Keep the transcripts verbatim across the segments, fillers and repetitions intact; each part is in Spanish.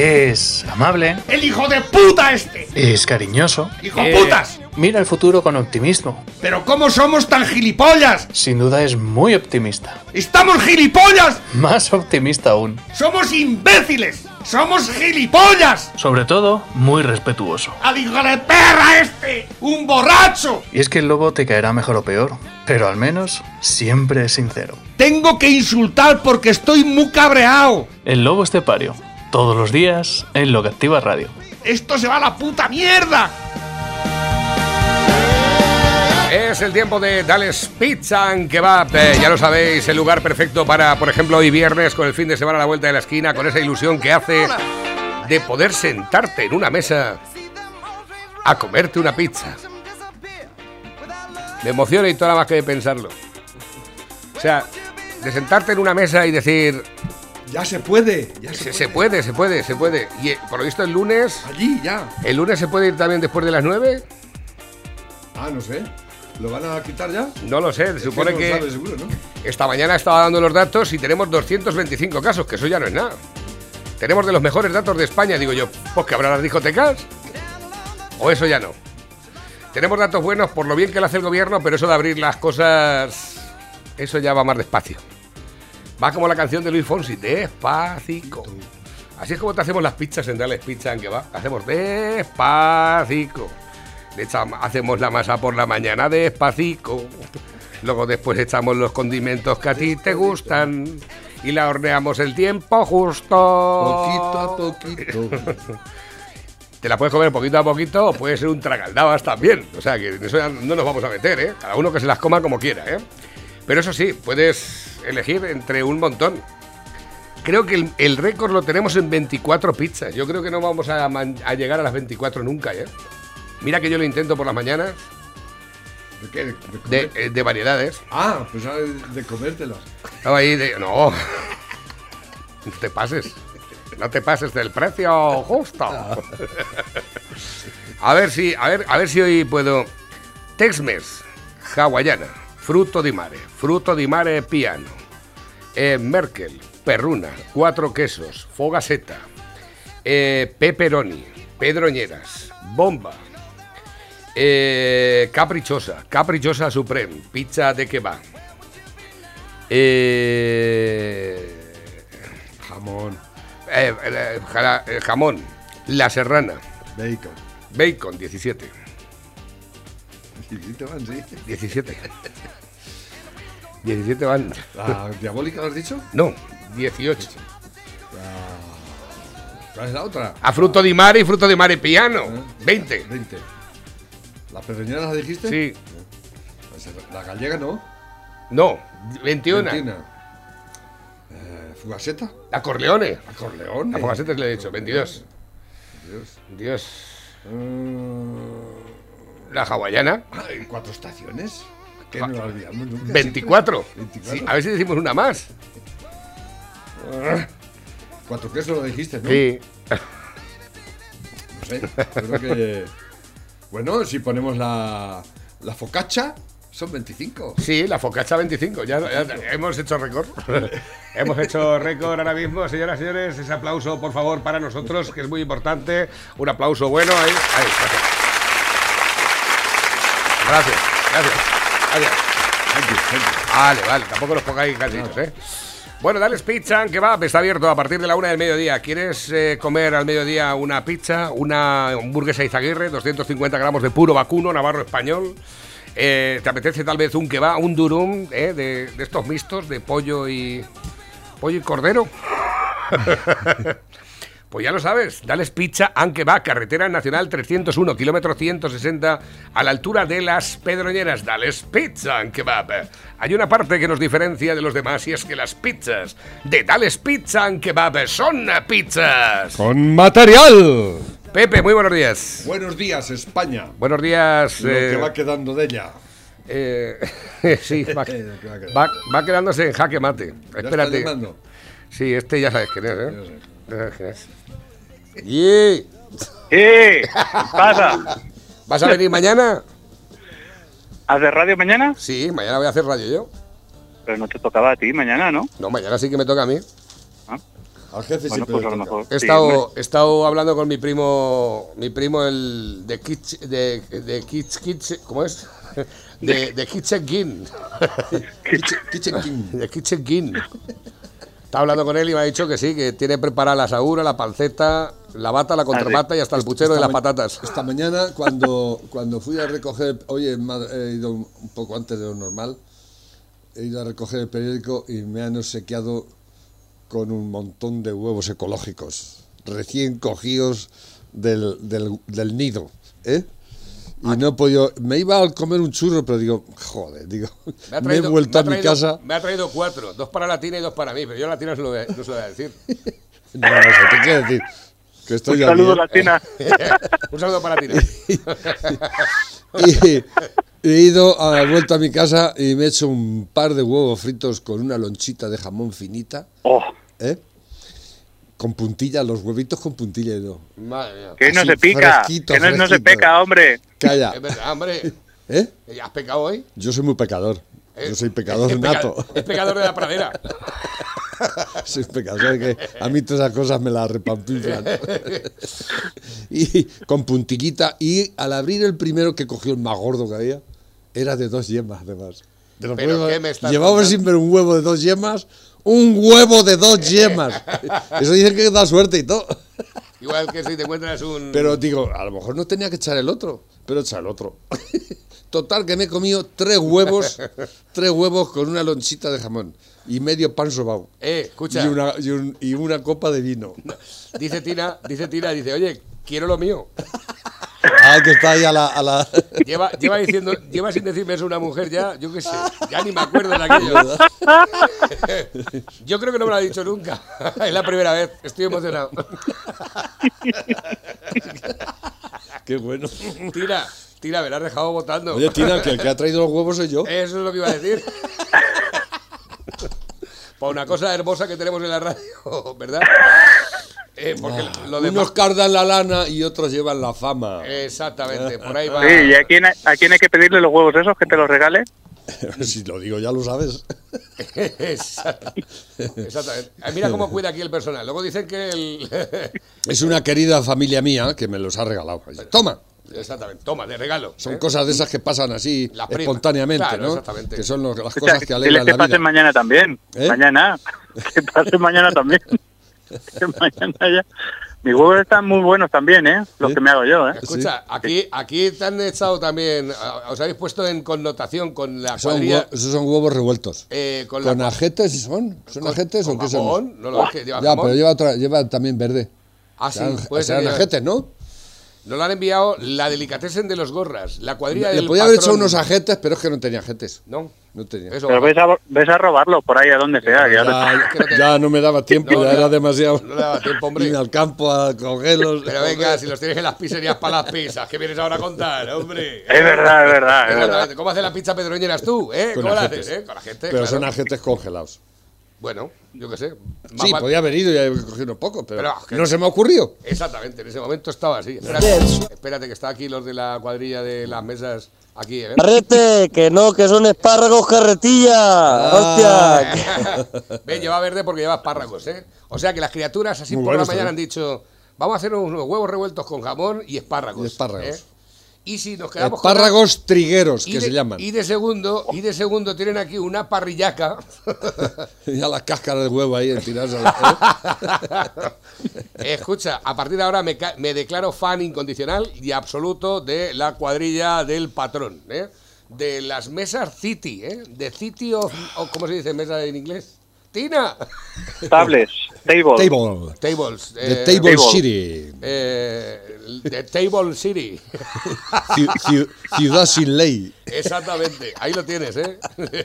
Es amable. ¡El hijo de puta este! Es cariñoso. ¡Hijo de putas! Mira el futuro con optimismo. ¿Pero cómo somos tan gilipollas? Sin duda es muy optimista. ¡Estamos gilipollas! Más optimista aún. ¡Somos imbéciles! ¡Somos gilipollas! Sobre todo, muy respetuoso. ¡Al hijo de perra este! ¡Un borracho! Y es que el lobo te caerá mejor o peor, pero al menos siempre es sincero. Tengo que insultar porque estoy muy cabreado. El lobo estepario. Todos los días en Lo que Activa Radio. ¡Esto se va a la puta mierda! Es el tiempo de Dales Pizza and Kebab. Eh, ya lo sabéis, el lugar perfecto para, por ejemplo, hoy viernes, con el fin de semana a la vuelta de la esquina, con esa ilusión que hace de poder sentarte en una mesa a comerte una pizza. Me emociona y toda más que de pensarlo. O sea, de sentarte en una mesa y decir... Ya se puede, ya se, se puede. Se puede, se puede, se puede. Y eh, por lo visto el lunes... Allí, ya. ¿El lunes se puede ir también después de las nueve? Ah, no sé. ¿Lo van a quitar ya? No lo sé, se supone que, que, no sabe, seguro, ¿no? Esta mañana estaba dando los datos y tenemos doscientos veinticinco casos, que eso ya no es nada. Tenemos de los mejores datos de España, digo yo. Pues que habrá las discotecas. O eso ya no. Tenemos datos buenos por lo bien que lo hace el gobierno, pero eso de abrir las cosas, eso ya va más despacio. Va como la canción de Luis Fonsi, despacito. Así es como te hacemos las pizzas en Dales Pizza and Kebab. Hacemos despacito. Le echamos, hacemos la masa por la mañana despacito. Luego después echamos los condimentos que a ti te gustan y la horneamos el tiempo justo. Poquito a poquito. Te la puedes comer poquito a poquito o puede ser un tragaldabas también. O sea que en eso ya no nos vamos a meter, ¿eh? Cada uno que se las coma como quiera, ¿eh? Pero eso sí, puedes elegir entre un montón. Creo que el, el récord lo tenemos en veinticuatro pizzas. Yo creo que no vamos a, a llegar a las veinticuatro nunca, ¿eh? Mira que yo lo intento por las mañanas. ¿De qué? ¿De, de, de, de variedades. Ah, pues de, de comértelas. Estaba ahí de... No. No te pases. No te pases del precio justo. A ver si, a ver, a ver si hoy puedo. Tex-Mex, hawaiana, fruto di mare, fruto di mare piano, eh, Merkel, perruna, cuatro quesos, fogaseta, eh, pepperoni, pedroñeras, bomba. Eh, caprichosa, caprichosa supreme, pizza de kebab. Eh, jamón. Eh, eh, jala, eh, jamón, la serrana. Bacon. Bacon, diecisiete. diecisiete van, sí. diecisiete. diecisiete van. ¿La diabólica lo has dicho? No, dieciocho. La... ¿Cuál es la otra? A fruto di mare y fruto di mare piano. ¿Eh? veinte. veinte. ¿La pedreñera la dijiste? Sí. La gallega no. No, veintiuno. veintiuno. Eh, ¿Fugaseta? La Corleone. La Corleone. La Fogaseta le he dicho, veintidós. Dios. Dios. Uh... La hawaiana. ¿En cuatro estaciones? Que no la olvidamos nunca. veinticuatro. veinticuatro. Sí, a ver si decimos una más. Cuatro quesos lo dijiste, ¿no? Sí. No sé, creo que... Bueno, si ponemos la, la focaccia, son veinticinco. Sí, la focaccia veinticinco. Ya, ya hemos hecho récord. Hemos hecho récord ahora mismo, señoras y señores. Ese aplauso, por favor, para nosotros, que es muy importante. Un aplauso bueno. Ahí, ahí, gracias. Gracias, gracias. Gracias. Thank you, thank you. Vale, vale, tampoco los pongáis cansitos, ¿eh? Bueno, Dales Pizza and Kebab está abierto a partir de la una del mediodía. ¿Quieres eh, comer al mediodía una pizza, una hamburguesa Izaguirre, doscientos cincuenta gramos de puro vacuno, navarro español? Eh, ¿Te apetece tal vez un kebab, un durum, eh, de, de estos mixtos de pollo y pollo y cordero? Pues ya lo sabes, Dales Pizza and Kebab, carretera nacional trescientos uno, kilómetro ciento sesenta, a la altura de Las Pedroñeras. Dales Pizza and Kebab. Hay una parte que nos diferencia de los demás y es que las pizzas de Dales Pizza and Kebab son pizzas ¡con material! Pepe, muy buenos días. Buenos días, España. Buenos días. Lo eh, que va quedando de ella. Eh, sí, va, va, va quedándose en jaque mate. ¿Ya Espérate. está llamando? Sí, este ya sabes quién es, ¿eh? Yo sé. Ya sabes quién es. ¡Y! ¿Qué pasa? ¿Vas a venir mañana? ¿Haces radio mañana? Sí, mañana voy a hacer radio yo. Pero no te tocaba a ti mañana, ¿no? No, mañana sí que me toca a mí. Ah. Al jefe Bueno, siempre pues le a lo toca. mejor. He sí, estado, hombre. he estado hablando con mi primo, mi primo el de Kitch, de, de Kitch, Kitch, ¿cómo es? De, de Kitchen King. Kitchen, Kitchen King. De Kitchen King. Estaba hablando con él y me ha dicho que sí, que tiene preparada la asagura, la panceta, la bata, la contrabata y hasta el puchero de las ma- patatas. Esta mañana, cuando, cuando fui a recoger, oye, ma- he ido un poco antes de lo normal, he ido a recoger el periódico y me han obsequiado con un montón de huevos ecológicos, recién cogidos del, del, del nido, ¿eh? Y no he podido, me iba a comer un churro, pero digo, joder, digo, Me, ha me he traído- vuelto me ha a mi traído- casa. Me ha traído cuatro, dos para la Tina y dos para mí, pero yo a la Tina no se lo voy a, no se lo voy a decir. No, no sé, te quiero decir que estoy Un ya saludo, bien. Latina. Un saludo para Tina. Y he ido, a, he vuelto a mi casa y me he hecho un par de huevos fritos con una lonchita de jamón finita, Oh, ¿eh? Con puntilla, los huevitos con puntilla. y no. Madre mía. que no Así, se pica. fresquito, Que no, no se fresquito. peca, hombre. Calla, Es verdad, hombre. ¿eh? ¿Has pecado hoy? Yo soy muy pecador. Yo soy pecador es, nato. peca- es pecador de la pradera. Soy pecador, ¿sabes que a mí todas esas cosas me las repampinflan. Y con puntillita. Y al abrir el primero que cogió el más gordo que había, era de dos yemas, además. De los ¿Pero huevos- qué me estás Llevaba contando? sin ver un huevo de dos yemas. ¡Un huevo de dos yemas! Eso dicen que da suerte y todo. Igual que si te encuentras un... Pero digo, a lo mejor no tenía que echar el otro, pero echa el otro. Total, que me he comido tres huevos, tres huevos con una lonchita de jamón y medio pan sobao. Eh, escucha. Y una, y, un- y una copa de vino. Dice Tina, dice Tina, dice, oye, quiero lo mío. Ah, que está ahí a la... A la... Lleva, lleva diciendo, lleva sin decirme eso una mujer ya, yo qué sé, ya ni me acuerdo de aquello. Yo creo que no me lo ha dicho nunca. Es la primera vez, estoy emocionado. Qué bueno. Tina, Tina, me la has dejado votando. Oye, Tina, que el que ha traído los huevos soy yo. Eso es lo que iba a decir. Para una cosa hermosa que tenemos en la radio, ¿verdad? Eh, porque lo demás... Unos cardan la lana y otros llevan la fama. Exactamente, por ahí va... Sí, ¿y a quién, a quién hay que pedirle los huevos esos que te los regale? Si lo digo, ya lo sabes. Exact- Exactamente. Ah, mira cómo cuida aquí el personal. Luego dicen que el... Es una querida familia mía que me los ha regalado. Toma. Exactamente, toma, de regalo. Son ¿eh? cosas de esas que pasan así Las primas. espontáneamente, Claro, ¿no? exactamente. Que son los- las Escucha, cosas que diles alegran que la pasen vida. mañana también. ¿Eh? Mañana. Que pasen mañana también. Que mañana ya. Mis huevos están muy buenos también, ¿eh? Los ¿Sí? que me hago yo, ¿eh? Escucha, aquí, aquí te han echado también, ah, os habéis puesto en connotación con la Son cuadrilla, hue- esos son huevos revueltos. eh, con, ¿Con la, ajetes son? ¿Son con- ajetes con o qué son? jamón, ¿no lo ves que lleva Ya, jamón? pero lleva, otra, lleva también verde. Ah, sí, Serán, puede ser serán que- ajetes, ¿no? Nos lo han enviado la delicatessen de los gorras, la cuadrilla Le del podía haber echado patrón. unos ajetes, pero es que no tenía ajetes. No, No tenía. eso Pero ves a, ves a robarlo por ahí a donde sea. Que ya te- Ya, que no te- ya no me daba tiempo, No, ya no, era demasiado. no le daba tiempo, hombre. Ir al campo a cogerlos. Pero venga, si los tienes en las pizzerías para las pizzas, ¿qué vienes ahora a contar, hombre? Es verdad, es verdad, es verdad. Exactamente. ¿Cómo haces la pizza pedroñeras tú, eh? Con ¿Cómo la ajetes. haces, eh? Con la gente, Pero claro. son ajetes congelados. Bueno, yo qué sé. Más Sí, val- podía haber ido y haber cogido unos pocos, pero, Pero, que- no se me ha ocurrido. Exactamente, en ese momento estaba así. Espérate, espérate que está aquí los de la cuadrilla de las mesas aquí, ¿eh? Carrete, que no, que son espárragos carretilla. Hostia. Ve, lleva verde porque lleva espárragos, ¿eh? O sea que las criaturas así Muy por la buenos mañana han también. dicho, vamos a hacer unos huevos revueltos con jamón y espárragos. Y espárragos. ¿eh? Y si nos quedamos con- Espárragos trigueros, y que de, se llaman. Y de segundo, y de segundo tienen aquí una parrillaca. Ya la cáscara de huevo ahí en tirarse. a la- Eh, Escucha, a partir de ahora me, ca- me declaro fan incondicional y absoluto de la cuadrilla del patrón, ¿eh? De las mesas City, ¿eh? De City of... o ¿cómo se dice mesa en inglés? ¡Tina! Tables, table. Table. Tables. The eh, Table Table. City. eh, de Table City. Ciu- ciu- ciudad sin ley. Exactamente, ahí lo tienes, ¿eh?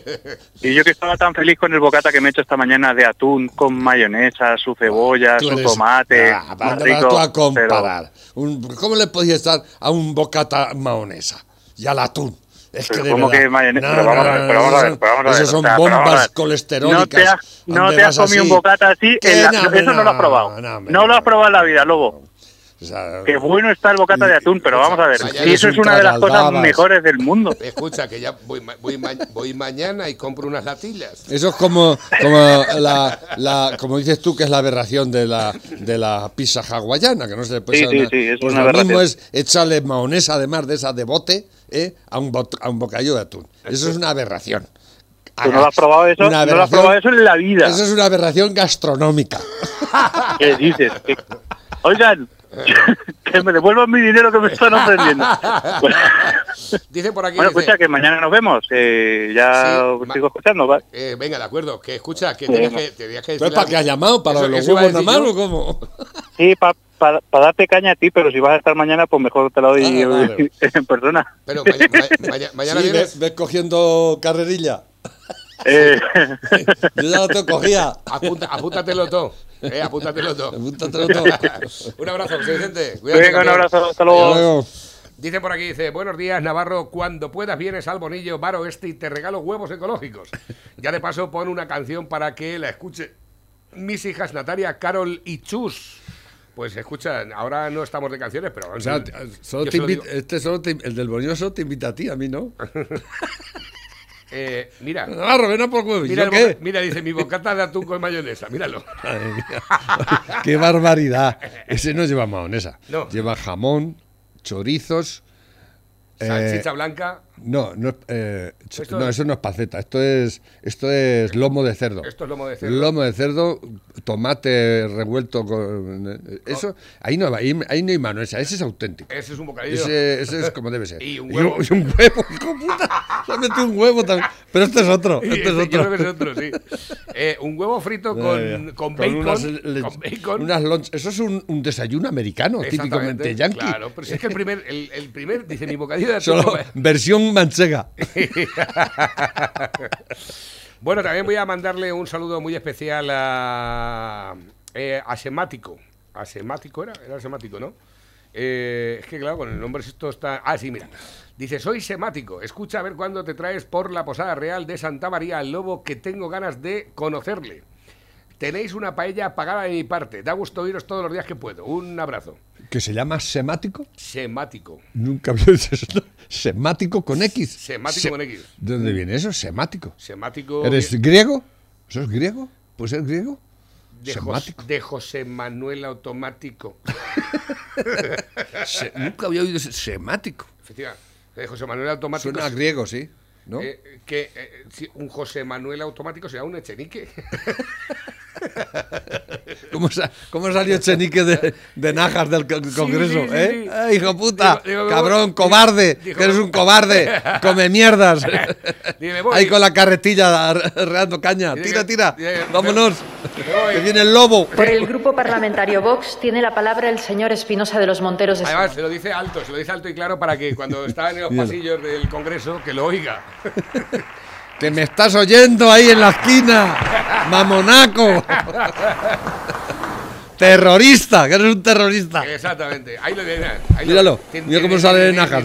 Y yo que estaba tan feliz con el bocata que me he hecho esta mañana de atún con mayonesa, su cebolla, Tú su eres- tomate. Ah, muy ¿dónde vas rico, tú a pero- comparar? Un- ¿Cómo le podías dar a un bocata maonesa y al atún? Es Pero que de ¿cómo verdad. que mayonesa? No, Pero vamos a ver, no, pero vamos a ver, no, pero vamos a ver. Esos son O sea, pero vamos a bombas ver. colesterólicas. No te has, no donde te has vas comido un así. bocata así, Que en la- no, eso no, no, lo has probado. no, hombre, No, lo no. has probado en la vida, lobo. O sea, Qué bueno está el bocata de atún, pero vamos a ver, Vaya, si eso eres es un una de las cosas tragaldabas. mejores del mundo. Escucha, que ya voy, ma- voy, ma- voy mañana y compro unas latillas. eso es como, como, la, la, como dices tú, que es la aberración de la, de la pizza hawaiana, que no se le puede Sí, echar sí, nada. sí, es Pues una lo mismo aberración. es echarle mahonesa, además de esa de bote, ¿eh? a, un bot- a un bocadillo de atún. Eso es una aberración. ¿Tú no lo has probado eso? Una No lo has aberración- probado eso en la vida. Eso es una aberración gastronómica. ¿Qué dices? ¿Qué- Oigan, que me devuelvan mi dinero que me están ofendiendo. Bueno, Dice por aquí. bueno, dice, escucha, que mañana nos vemos. Eh, ya Sí, os ma- sigo escuchando, ¿vale? eh, venga, de acuerdo. Que escucha, que Sí, tenías venga. que, tenías que ¿Pero decirle para qué has llamado? ¿Para Eso- los eso iba a huevos nada decir más yo. o cómo? Sí, para pa, pa darte caña a ti, pero si vas a estar mañana, pues mejor te lo doy Ah, vale. en persona. Pero ma- ma- ma- mañana Sí, vienes. ves, ves cogiendo carrerilla. Eh, Yo ya lo tengo cogida. Apunta, apúntatelo todo. Eh, apúntatelo todo. Apúntatelo todo. Un abrazo, José Vicente. Cuídate, venga, un campeón. abrazo, hasta Hasta luego. luego. Dice por aquí, dice, buenos días, Navarro, cuando puedas vienes al Bonillo, bar oeste y te regalo huevos ecológicos. Ya de paso pon una canción para que la escuche mis hijas Natalia, Carol y Chus. Pues escuchan, ahora no estamos de canciones, pero... O sea, solo yo te se lo invita, digo. este solo te- el del Bonillo solo te invita a ti, a mí no. Eh, mira, Navarro, ven a por huevos. mira, ¿Yo el qué? boca- mira, dice, mi bocata de atún con mayonesa, míralo. Madre mía. ¡Qué barbaridad! Ese no lleva mahonesa. No. Lleva jamón, chorizos. eh, Salchicha blanca, no, no, es, eh, ch- Esto- no, eso no es panceta. Esto es, esto es lomo de cerdo. esto es lomo de cerdo. Lomo de cerdo, tomate revuelto con eso. Ahí no, ahí, ahí no hay mahonesa. Ese es auténtico. Ese es un bocadillo. Ese, ese es como debe ser. Y un huevo. Y un, y un huevo, hijo puta. Se ha metido un huevo también. Pero este es otro. Este es Yo otro. creo que es otro, sí. Eh, un huevo frito con, con bacon. unas, le- con bacon. unas lunch- Eso es un, un desayuno americano, Exactamente, típicamente yankee. Claro, pero si es que el primer, el, el primer dice mi bocadillo de atún. Solo versión manchega. Bueno, también voy a mandarle un saludo muy especial a, eh, a Semático. ¿A Semático era? Era Semático, ¿no? Eh, es que claro, con el nombre esto está... Ah, sí, mira. Dice, soy Semático. Escucha a ver cuándo te traes por la Posada Real de Santa María al Lobo, que tengo ganas de conocerle. Tenéis una paella pagada de mi parte. Da gusto oíros todos los días que puedo. Un abrazo. ¿Que se llama semático? Semático. Nunca había visto eso. Semático con X. Semático Se- con X. ¿De dónde viene eso? Semático. Semático... ¿Eres griego? ¿Eso es griego? ¿Puede ser griego? de, Jos- Semático. de José Manuel Automático. Se- nunca había oído ese semático. Efectivamente. De José Manuel Automático. Suena a griego, sí. ¿No? Eh, que eh, si un José Manuel Automático sea un Echenique. ¿Cómo, sa- cómo salió Echenique de, de Najas del co- Congreso? sí, sí, ¿eh? sí. ¡Ay, hijo puta! Digo- digo, ¡Cabrón, digo- cobarde! digo- ¡Que eres un cobarde! ¡Come mierdas! Dime, voy. Ahí con la carretilla arreando caña. Dice Tira, que- tira. dice- Vámonos. voy. Que viene el lobo. Por el Grupo Parlamentario Vox tiene la palabra el señor Espinosa de los Monteros de Además, Segura. se lo dice alto, se lo dice alto y claro para que cuando está en los Míralo. pasillos del Congreso, que lo oiga. Que me estás oyendo ahí en la esquina. Mamonaco. Terrorista, que eres un terrorista. Exactamente. Ahí lo tiene. ahí lo- Míralo, mira cómo sale de Nájar.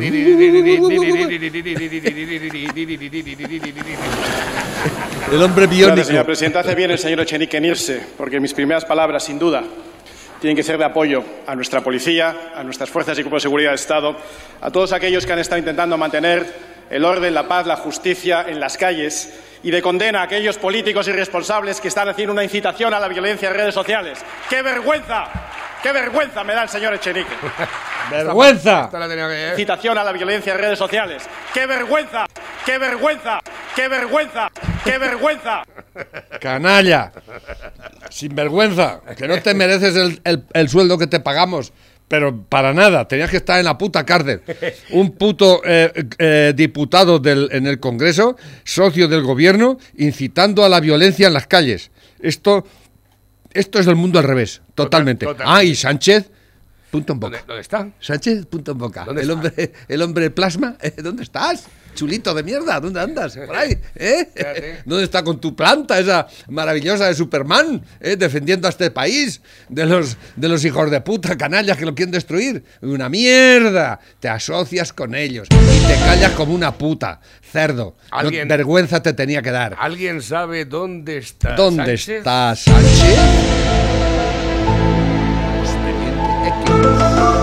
El hombre Gracias, biónico. señora presidenta. Hace bien el señor Echenique en irse, porque mis primeras palabras, sin duda, tienen que ser de apoyo a nuestra policía, a nuestras fuerzas y cuerpos de seguridad del Estado, a todos aquellos que han estado intentando mantener el orden, la paz, la justicia en las calles, y de condena a aquellos políticos irresponsables que están haciendo una incitación a la violencia en redes sociales. ¡Qué vergüenza! ¡Qué vergüenza me da el señor Echenique! Vergüenza. Esta la tenía que- Incitación a la violencia en redes sociales. ¡Qué vergüenza! ¡Qué vergüenza! ¡Qué vergüenza! ¡Qué vergüenza! Canalla. Sinvergüenza. Que no te mereces el, el- el sueldo que te pagamos. Pero para nada, tenías que estar en la puta cárcel. Un puto eh, eh, diputado del, en el Congreso, socio del gobierno, incitando a la violencia en las calles. Esto, esto es del mundo al revés, totalmente. total. Ah, y Sánchez, punto en ¿Dónde, boca. dónde está? Sánchez, punto en boca. ¿Dónde El está? hombre, el hombre plasma, ¿eh? ¿Dónde estás? Chulito de mierda, ¿dónde andas? Por ahí, ¿eh? Espérate. ¿Dónde está con tu planta esa maravillosa de Superman, ¿eh? Defendiendo a este país de los, de los hijos de puta canallas que lo quieren destruir? Una mierda. Te asocias con ellos y te callas como una puta, cerdo. No- ¿Alguien- vergüenza te tenía que dar. ¿Alguien sabe dónde está ¿Dónde Sánchez? está Sánchez? Expediente X.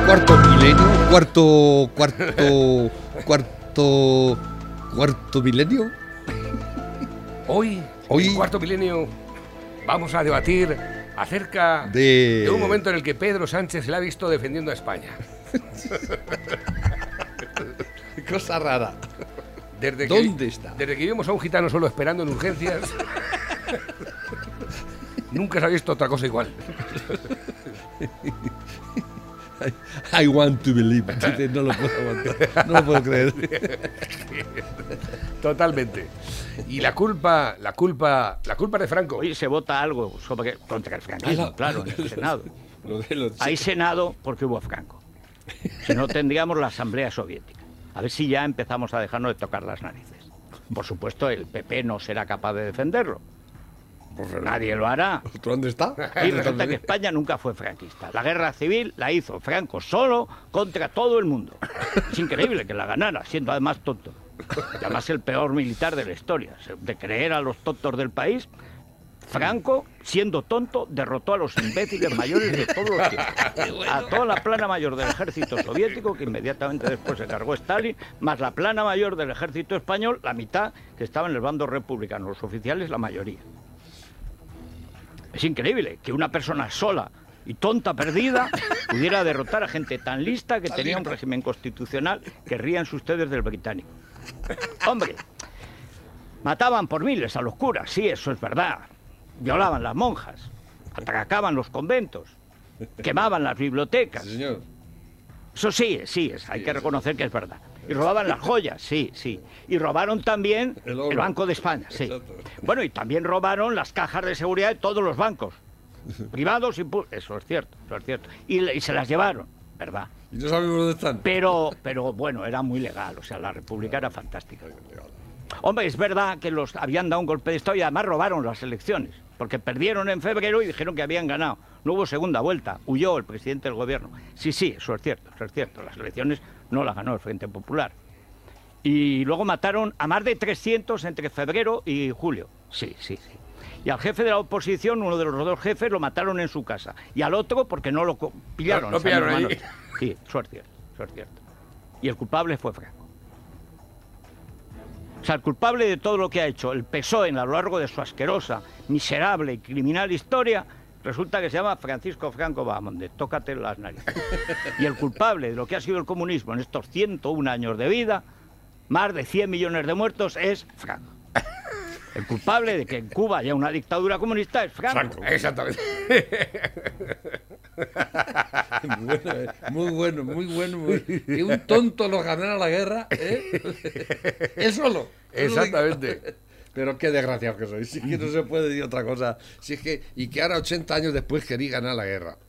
cuarto milenio, cuarto, cuarto, cuarto, cuarto milenio. Hoy, Hoy- en Cuarto Milenio, vamos a debatir acerca De- de un momento en el que Pedro Sánchez se le ha visto defendiendo a España. Cosa rara. Desde que, ¿Dónde está? Desde que vimos a un gitano solo esperando en urgencias, nunca se ha visto otra cosa igual. I, I want to believe. No lo puedo aguantar. No lo puedo creer. Totalmente. Y la culpa, la culpa, la culpa de Franco. Hoy se vota algo sobre, contra el franquismo, Ah, la- claro, en el Senado. Lo de los- Hay Senado porque hubo Franco. Si no, tendríamos la Asamblea Soviética. A ver si ya empezamos a dejarnos de tocar las narices. Por supuesto, el P P no será capaz de defenderlo. Nadie lo hará. ¿Dónde está? Y resulta que España nunca fue franquista. La guerra civil la hizo Franco solo contra todo el mundo. Es increíble que la ganara, siendo además tonto. Y además el peor militar de la historia. De creer a los tontos del país, Franco, siendo tonto, derrotó a los imbéciles mayores de todos los tiempos. A toda la plana mayor del ejército soviético, que inmediatamente después se cargó Stalin, más la plana mayor del ejército español, la mitad que estaba en el bando republicano, los oficiales la mayoría. Es increíble que una persona sola y tonta perdida pudiera derrotar a gente tan lista que tenía un régimen constitucional que ríanse ustedes del británico. Hombre, mataban por miles a los curas, sí, eso es verdad. Violaban las monjas, atracaban los conventos, quemaban las bibliotecas. Sí, señor. Eso sí, sí, es, hay que reconocer que es verdad. Y robaban las joyas, sí, sí. Y robaron también El oro. el Banco de España, sí. Exacto. Bueno, y también robaron las cajas de seguridad de todos los bancos, privados y públicos. Eso es cierto, eso es cierto. Y, le- y se las llevaron, ¿verdad? Y no sabemos dónde están. Pero, pero bueno, era muy legal, o sea, la República era fantástica. Hombre, es verdad que los habían dado un golpe de Estado y además robaron las elecciones, porque perdieron en febrero y dijeron que habían ganado. No hubo segunda vuelta, huyó el presidente del gobierno. Sí, sí, eso es cierto, eso es cierto. Las elecciones no las ganó el Frente Popular. Y luego mataron a más de trescientos entre febrero y julio. Sí, sí, sí. Y al jefe de la oposición, uno de los dos jefes, lo mataron en su casa. Y al otro porque no lo co- pillaron. No- no pillaron esa misma allí. noche. Sí, eso es cierto, eso es cierto. Y el culpable fue Franco. O sea, el culpable de todo lo que ha hecho el P S O E a lo largo de su asquerosa, miserable y criminal historia, resulta que se llama Francisco Franco Bahamonde. Tócate las narices. Y el culpable de lo que ha sido el comunismo en estos ciento un años de vida, más de cien millones de muertos, es Franco. El culpable de que en Cuba haya una dictadura comunista es Franco. Exactamente. Muy bueno, eh. muy bueno, muy bueno. Muy... Que un tonto lo ganara la guerra, ¿eh? Él solo. Exactamente. Pero qué desgraciados que sois. Si es que no se puede decir otra cosa. Si es que, y que ahora, ochenta años después, queréis ganar la guerra.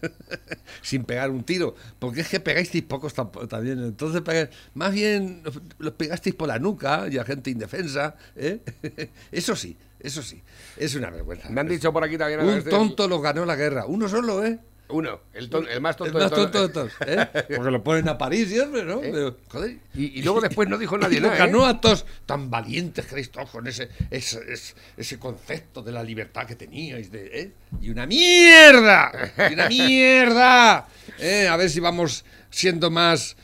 Sin pegar un tiro. Porque es que pegáis pocos tamp- también. Entonces, pegáis- más bien los, los pegasteis por la nuca y a gente indefensa. ¿eh? Eso sí, eso sí. Es una vergüenza. Me han dicho por aquí también... a Un través de- tonto lo ganó la guerra. Uno solo, ¿eh? Uno, el, ton- el más El tonto más de todos. tonto de todos, ¿eh? Porque lo ponen a París siempre, ¿no? ¿Eh? Pero, joder. Y, y luego después no dijo nadie Y lo nada, ¿eh? ganó a todos tan valientes que erais todos con ese, ese, ese, ese concepto de la libertad que teníais. De, ¿eh? Y una mierda. Y una mierda. ¿eh? A ver si vamos siendo más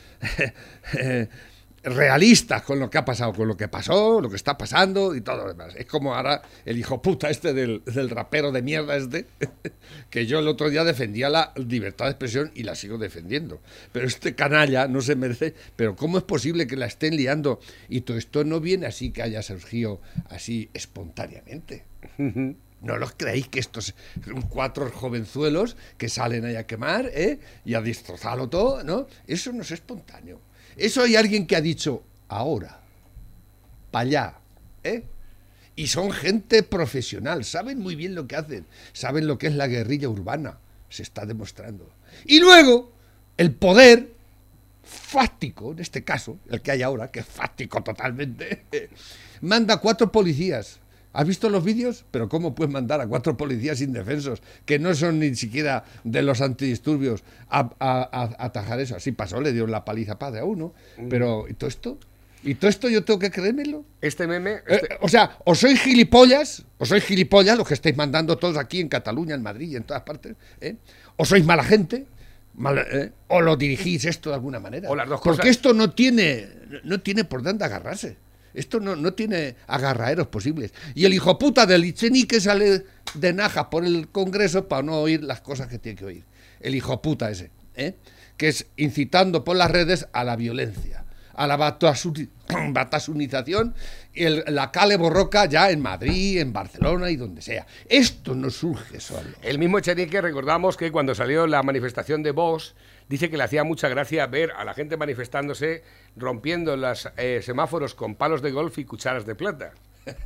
eh, realistas con lo que ha pasado, con lo que pasó, lo que está pasando y todo lo demás. Es como ahora el hijo puta este del, del rapero de mierda este, que yo el otro día defendía la libertad de expresión y la sigo defendiendo. Pero este canalla no se merece. Pero ¿cómo es posible que la estén liando? Y todo esto no viene así, que haya surgido así espontáneamente. ¿No los creéis que estos son cuatro jovenzuelos que salen ahí a quemar, ¿eh? Y a destrozarlo todo, ¿no? Eso no es espontáneo. Eso hay alguien que ha dicho, ahora, para allá, ¿eh? Y son gente profesional, saben muy bien lo que hacen, saben lo que es la guerrilla urbana, se está demostrando. Y luego, el poder fáctico, en este caso, el que hay ahora, que es fáctico totalmente, manda cuatro policías. ¿Has visto los vídeos? Pero ¿cómo puedes mandar a cuatro policías indefensos, que no son ni siquiera de los antidisturbios, a, a, a atajar eso? Así pasó, le dieron la paliza padre a uno. Pero, ¿y todo esto? ¿Y todo esto yo tengo que creérmelo? Este meme... Eh, este- o sea, o sois gilipollas, o sois gilipollas, los que estáis mandando todos aquí en Cataluña, en Madrid y en todas partes, ¿eh? O sois mala gente, Mal, ¿eh? O lo dirigís esto de alguna manera. O las dos Porque cosas. esto no tiene, no tiene por dónde agarrarse. Esto no, no tiene agarraderos posibles. Y el hijo puta del Echenique sale de najas por el Congreso para no oír las cosas que tiene que oír. El hijo puta ese, ¿eh? Que es incitando por las redes a la violencia, a la batasuni- batasunización, y el, la cale borroca ya en Madrid, en Barcelona y donde sea. Esto no surge solo. El mismo Echenique, recordamos que cuando salió la manifestación de Vox, dice que le hacía mucha gracia ver a la gente manifestándose rompiendo los eh, semáforos con palos de golf y cucharas de plata.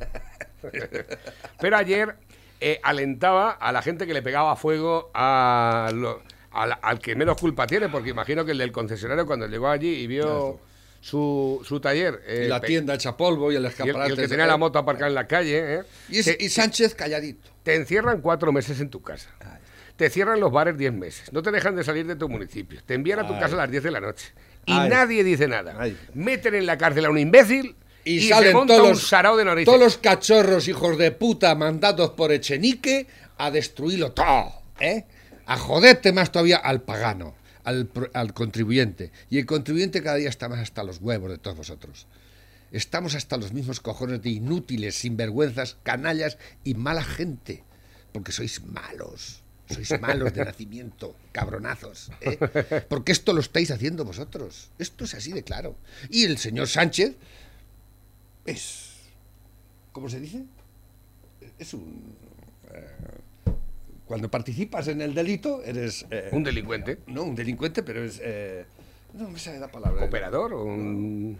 Pero ayer eh, alentaba a la gente que le pegaba fuego a lo, al, al que menos culpa tiene, porque imagino que el del concesionario cuando llegó allí y vio Claro. su, su taller... eh, Y la pe- tienda hecha polvo y el y el, escaparate. y el que tenía la moto aparcada en la calle... eh, Y, es- te- y Sánchez calladito. Te encierran cuatro meses en tu casa. Te cierran los bares diez meses. No te dejan de salir de tu municipio. Te envían a tu Ay. casa a las diez de la noche. Y Ay. nadie dice nada. Ay. Meten en la cárcel a un imbécil Y, y, salen se monta todos un los, sarao de narices. todos los cachorros hijos de puta mandados por Echenique a destruirlo todo, ¿eh? A joderte más todavía al pagano, al, pro- al contribuyente. Y el contribuyente cada día está más hasta los huevos de todos vosotros. Estamos hasta los mismos cojones de inútiles, sinvergüenzas, canallas y mala gente. Porque sois malos. Sois malos de nacimiento, cabronazos, ¿eh? Porque esto lo estáis haciendo vosotros. Esto es así de claro. Y el señor Sánchez es, ¿cómo se dice? Es un... eh, cuando participas en el delito eres... eh, Un delincuente. no, un delincuente, pero es... eh, no me sale la palabra. Operador o un...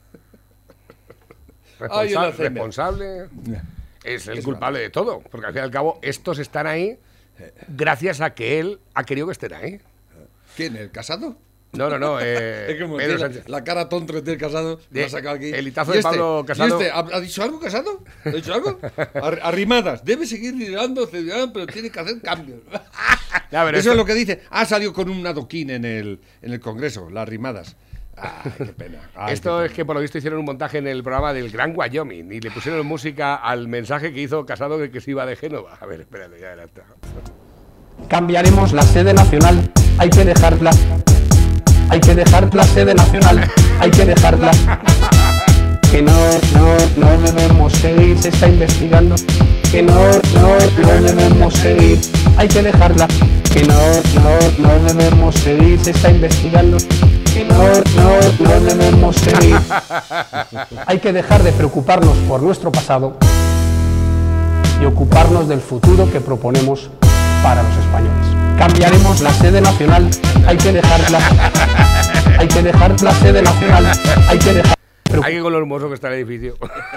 Ay, el Responsa- Alzheimer. responsable. Es el Es culpable de todo. Porque al fin y al cabo, estos están ahí gracias a que él ha querido que estén ahí. ¿Quién? ¿El casado? No, no, no. Eh, Es que como Pedro tiene Sánchez. la, la cara tonta que tiene el Casado, me De- ha sacado aquí. el hitazo ¿Y de Pablo ¿Y Casado? este? ¿Ha, ha dicho algo Casado? ¿Ha dicho algo? Ar- Arrimadas. Debe seguir liderando, cediendo, pero tiene que hacer cambios. Ya, pero Eso esto- es lo que dice. Ha salido con un adoquín en el, en el Congreso, las Arrimadas. Ay, qué pena. Ay, Esto qué es que por lo visto hicieron un montaje en el programa del Gran Wyoming y le pusieron música al mensaje que hizo Casado de que se iba de Génova. A ver, espérate, ya adelanta. Cambiaremos la sede nacional, hay que dejarla. Hay que dejar la sede nacional, hay que dejarla. Que no, no, no debemos seguir, se está investigando. Que no, no, no debemos seguir, hay que dejarla. Que no, no, no debemos seguir, se está investigando. Que no, no, no debemos seguir. Hay que dejar de preocuparnos por nuestro pasado y ocuparnos del futuro que proponemos para los españoles. Cambiaremos la sede nacional, hay que dejarla. Hay que dejar la sede nacional, hay que dejar... Hay que con lo hermoso que está el edificio.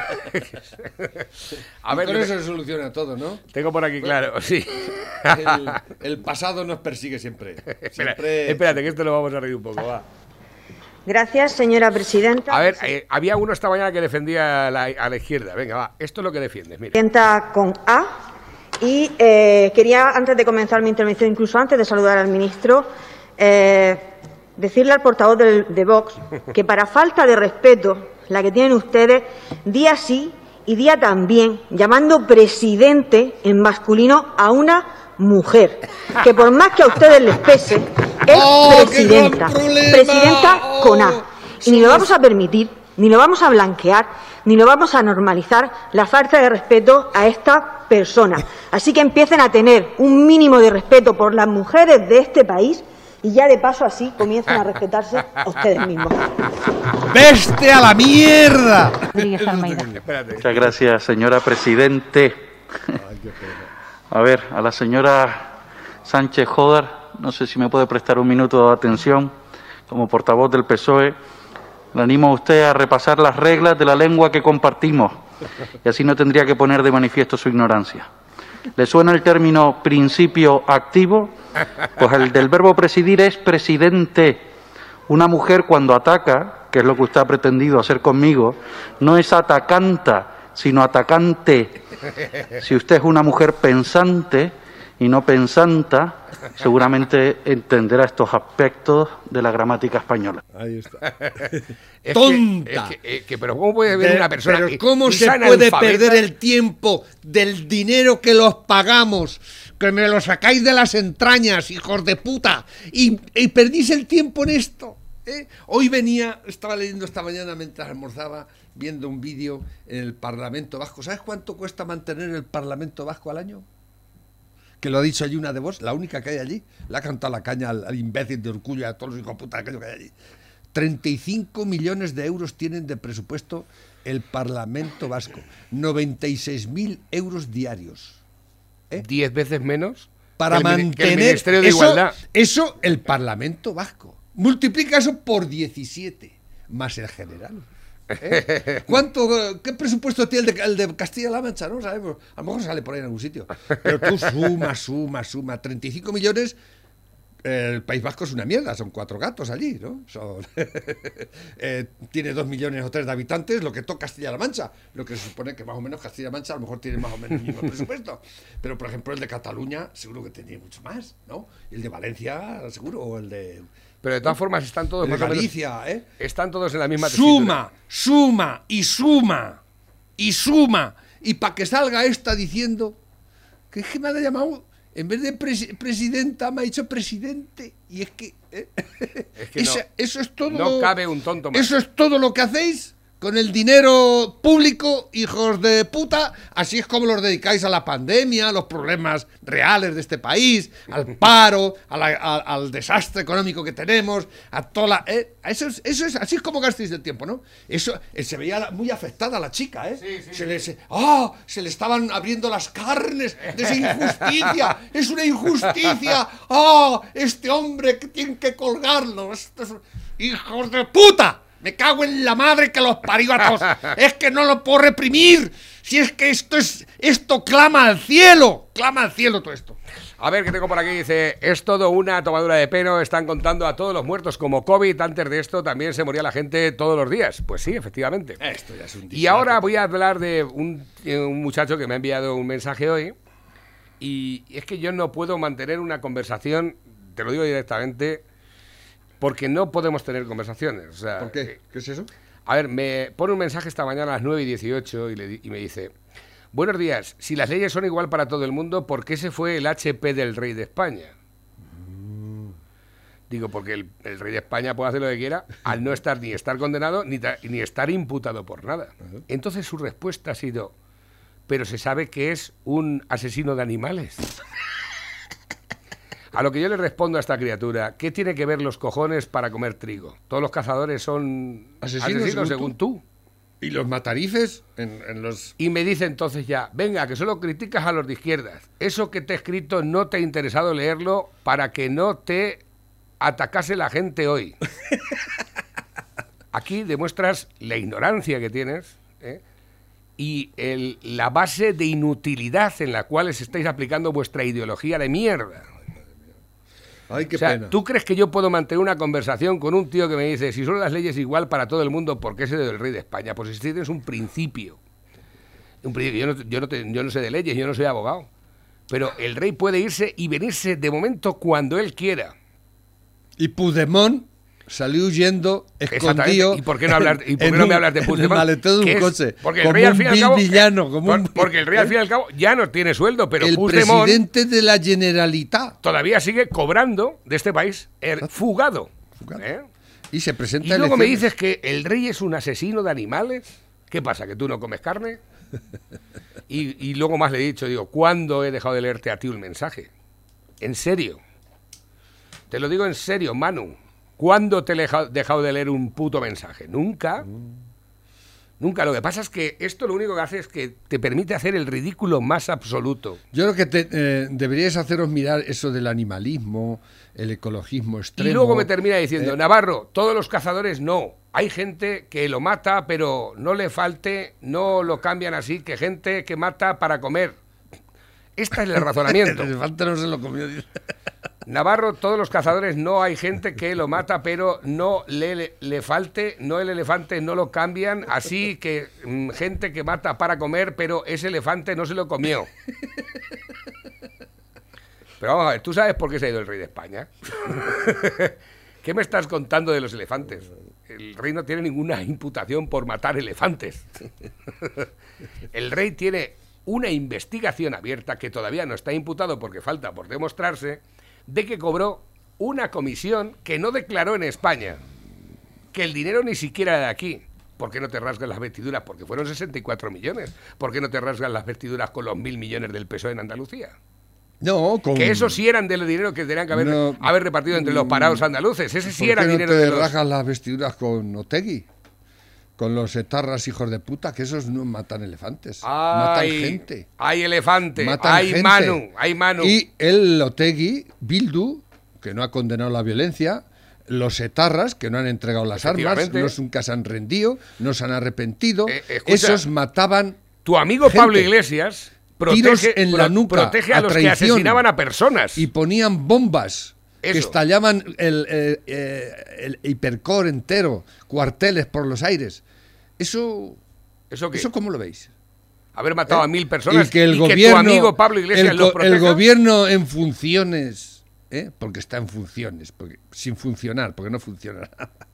A Y ver, con te- eso se soluciona todo, ¿no? tengo por aquí claro, sí. El, el pasado nos persigue siempre. Espera, Siempre- espérate, que esto lo vamos a reír un poco, va. Gracias, señora presidenta. A ver, eh, había uno esta mañana que defendía a la, a la izquierda. Venga, va, esto es lo que defiendes, mira. Presidenta con A. Y eh, quería, antes de comenzar mi intervención, incluso antes de saludar al ministro, eh, decirle al portavoz del- de Vox que para falta de respeto, la que tienen ustedes, día sí y día también, llamando presidente en masculino a una mujer, que por más que a ustedes les pese, es ¡Oh, qué presidenta, gran problema! presidenta con A. ¡Oh! Y ni lo vamos a permitir, ni lo vamos a blanquear, ni lo vamos a normalizar la falta de respeto a esta persona. Así que empiecen a tener un mínimo de respeto por las mujeres de este país y ya de paso así comiencen a respetarse a ustedes mismos. ¡Veste a la mierda! Rodríguez Almeida. Espérate. Muchas gracias, señora Presidente. A ver, a la señora Sánchez Jodar, no sé si me puede prestar un minuto de atención. Como portavoz del P S O E, le animo a usted a repasar las reglas de la lengua que compartimos y así no tendría que poner de manifiesto su ignorancia. ¿Le suena el término principio activo? Pues el del verbo presidir es presidente. Una mujer cuando ataca, que es lo que usted ha pretendido hacer conmigo, no es atacanta, sino atacante. Si usted es una mujer pensante, y no pensanta, seguramente entenderá estos aspectos de la gramática española. Ahí está. Es ¡Tonta! Que, es que, es que, pero ¿cómo puede ver De- una persona pero que ¿cómo es se puede analfabeta? perder el tiempo del dinero que los pagamos? Que me lo sacáis de las entrañas, hijos de puta. Y, y perdís el tiempo en esto. ¿eh? Hoy venía, estaba leyendo esta mañana mientras almorzaba, viendo un vídeo en el Parlamento Vasco. ¿Sabes cuánto cuesta mantener el Parlamento Vasco al año? Que lo ha dicho allí una de vos, la única que hay allí. Le ha cantado la caña al, al imbécil de Urkullu y a todos los hijos de puta aquello que hay allí. treinta y cinco millones de euros tienen de presupuesto el Parlamento Vasco. noventa y seis mil euros diarios. ¿eh? Diez veces menos Para que el, mini- que el mantener Ministerio de eso, Igualdad. eso, el Parlamento Vasco. Multiplica eso por diecisiete, más el general. ¿eh? ¿Cuánto, qué presupuesto tiene el de, el de Castilla-La Mancha? No sabemos. A lo mejor sale por ahí en algún sitio. Pero tú suma, suma, suma. treinta y cinco millones. El País Vasco es una mierda, son cuatro gatos allí, ¿no? Son eh, tiene dos millones o tres de habitantes, lo que toca Castilla-La Mancha, lo que se supone que más o menos Castilla-La Mancha a lo mejor tiene más o menos el mismo presupuesto. Pero, por ejemplo, el de Cataluña seguro que tenía mucho más, ¿no? Y el de Valencia seguro, o el de... Pero de todas formas están todos el de más o menos- Galicia, ¿eh? Están todos en la misma Suma, suma y suma y suma. Y para que salga esta diciendo que es que me ha llamado, en vez de presi- presidenta, me ha dicho presidente. Y es que, ¿eh? Es que Esa- no, eso es todo. no cabe un tonto más. Eso es todo lo que hacéis con el dinero público, hijos de puta. Así es como los dedicáis a la pandemia, a los problemas reales de este país, al paro, a la- a- al desastre económico que tenemos, a toda la... ¿eh? Eso, es, eso es, así es como gastáis el tiempo, ¿no? Eso eh, se veía la- muy afectada a la chica, ¿eh? se, le, se, ¡ah! se le estaban abriendo las carnes de esa injusticia. ¡Es una injusticia! ¡Ah! Este hombre que tiene que colgarlo. Esto es- ¡Hijos de puta! Me cago en la madre que los parió a todos. Es que no lo puedo reprimir. Si es que esto es, esto clama al cielo. Clama al cielo todo esto. A ver, que tengo por aquí, dice, es todo una tomadura de pelo, están contando a todos los muertos como COVID, antes de esto también se moría la gente todos los días. Pues sí, efectivamente. Esto ya es un Y ahora voy a hablar de un, eh, un muchacho que me ha enviado un mensaje hoy, y es que yo no puedo mantener una conversación, te lo digo directamente, porque no podemos tener conversaciones. O sea, ¿Por qué? ¿Qué es eso? A ver, me pone un mensaje esta mañana a las nueve y dieciocho y, le di- y me dice: buenos días, si las leyes son igual para todo el mundo, ¿por qué se fue el H P del rey de España? Digo, porque el, el rey de España puede hacer lo que quiera al no estar ni estar condenado ni, ta- ni estar imputado por nada. Entonces su respuesta ha sido: pero se sabe que es un asesino de animales. A lo que yo le respondo a esta criatura: ¿qué tiene que ver los cojones para comer trigo? Todos los cazadores son Asesinos, asesinos, según según tú. ¿Y los matarifes en, en los...? Y me dice entonces ya, venga, que solo criticas a los de izquierdas. Eso que te he escrito no te ha interesado leerlo para que no te atacase la gente hoy. Aquí demuestras la ignorancia que tienes, ¿eh? Y el, la base de inutilidad en la cual estáis aplicando vuestra ideología de mierda. Ay, qué O sea, pena. ¿tú crees que yo puedo mantener una conversación con un tío que me dice, si son las leyes igual para todo el mundo, ¿por qué ese del rey de España? Pues si tienes un principio. Un principio. Yo, no, yo, no te- yo no sé de leyes, yo no soy abogado. Pero el rey puede irse y venirse de momento cuando él quiera. Y Puigdemont salió huyendo, escondido... Exactamente. ¿Y por qué no, hablar, y por qué en no un- me hablas de en el Puigdemont? maletero de Que un es- coche. Porque el como rey al un fin y al vil cabo... villano, como por- un- porque el rey al fin y al cabo ya no tiene sueldo, pero el Puigdemont presidente de la Generalitat. todavía sigue cobrando de este país, er- fugado. ¿eh? Y se presenta Y a luego me elecciones. dices que el rey es un asesino de animales. ¿Qué pasa? ¿Que tú no comes carne? Y, y luego más le he dicho, digo, ¿cuándo he dejado de leerte a ti un mensaje? En serio. Te lo digo en serio, Manu. ¿Cuándo te he deja- dejado de leer un puto mensaje? Nunca. Nunca. Lo que pasa es que esto lo único que hace es que te permite hacer el ridículo más absoluto. Yo creo que te, eh, deberíais haceros mirar eso del animalismo, el ecologismo extremo. Y luego me termina diciendo, eh, Navarro, todos los cazadores no. Hay gente que lo mata, pero no le falte, no lo cambian así, que gente que mata para comer. Este es el razonamiento. Le falta no se lo comió. Navarro, todos los cazadores no, hay gente que lo mata, pero no le, le, le falte, no el elefante no lo cambian, así que mm, gente que mata para comer, pero ese elefante no se lo comió. Pero vamos a ver, ¿tú sabes por qué se ha ido el rey de España? ¿Qué me estás contando de los elefantes? El rey no tiene ninguna imputación por matar elefantes. El rey tiene una investigación abierta que todavía no está imputado porque falta por demostrarse, de que cobró una comisión que no declaró en España, que el dinero ni siquiera era de aquí. ¿Por qué no te rasgas las vestiduras? Porque fueron sesenta y cuatro millones. ¿Por qué no te rasgas las vestiduras con los mil millones del P S O E en Andalucía? No, con... Que esos sí eran del dinero que tenían que haber, no, haber repartido entre los parados andaluces. Ese sí era no dinero te de los... rasgas las vestiduras con Otegi? Con los etarras hijos de puta, que esos no matan elefantes, ay, matan gente. Hay elefante, matan hay gente. Manu, hay Manu. Y el Otegi, Bildu, que no ha condenado la violencia, los etarras, que no han entregado las armas, no, nunca se han rendido, no se han arrepentido, eh, escucha, esos mataban. Tu amigo gente. Pablo Iglesias protege, tiros en la nuca, protege a, a los traición, que asesinaban a personas. Y ponían bombas. Eso. Que estallaban el, el, el, el hipercore entero, cuarteles por los aires. Eso, ¿Eso, qué? ¿Eso cómo lo veis? Haber matado ¿Eh? a mil personas y que, el y gobierno, que tu amigo Pablo Iglesias el, lo proteja. El gobierno en funciones, ¿eh? Porque está en funciones, porque, sin funcionar, porque no funciona.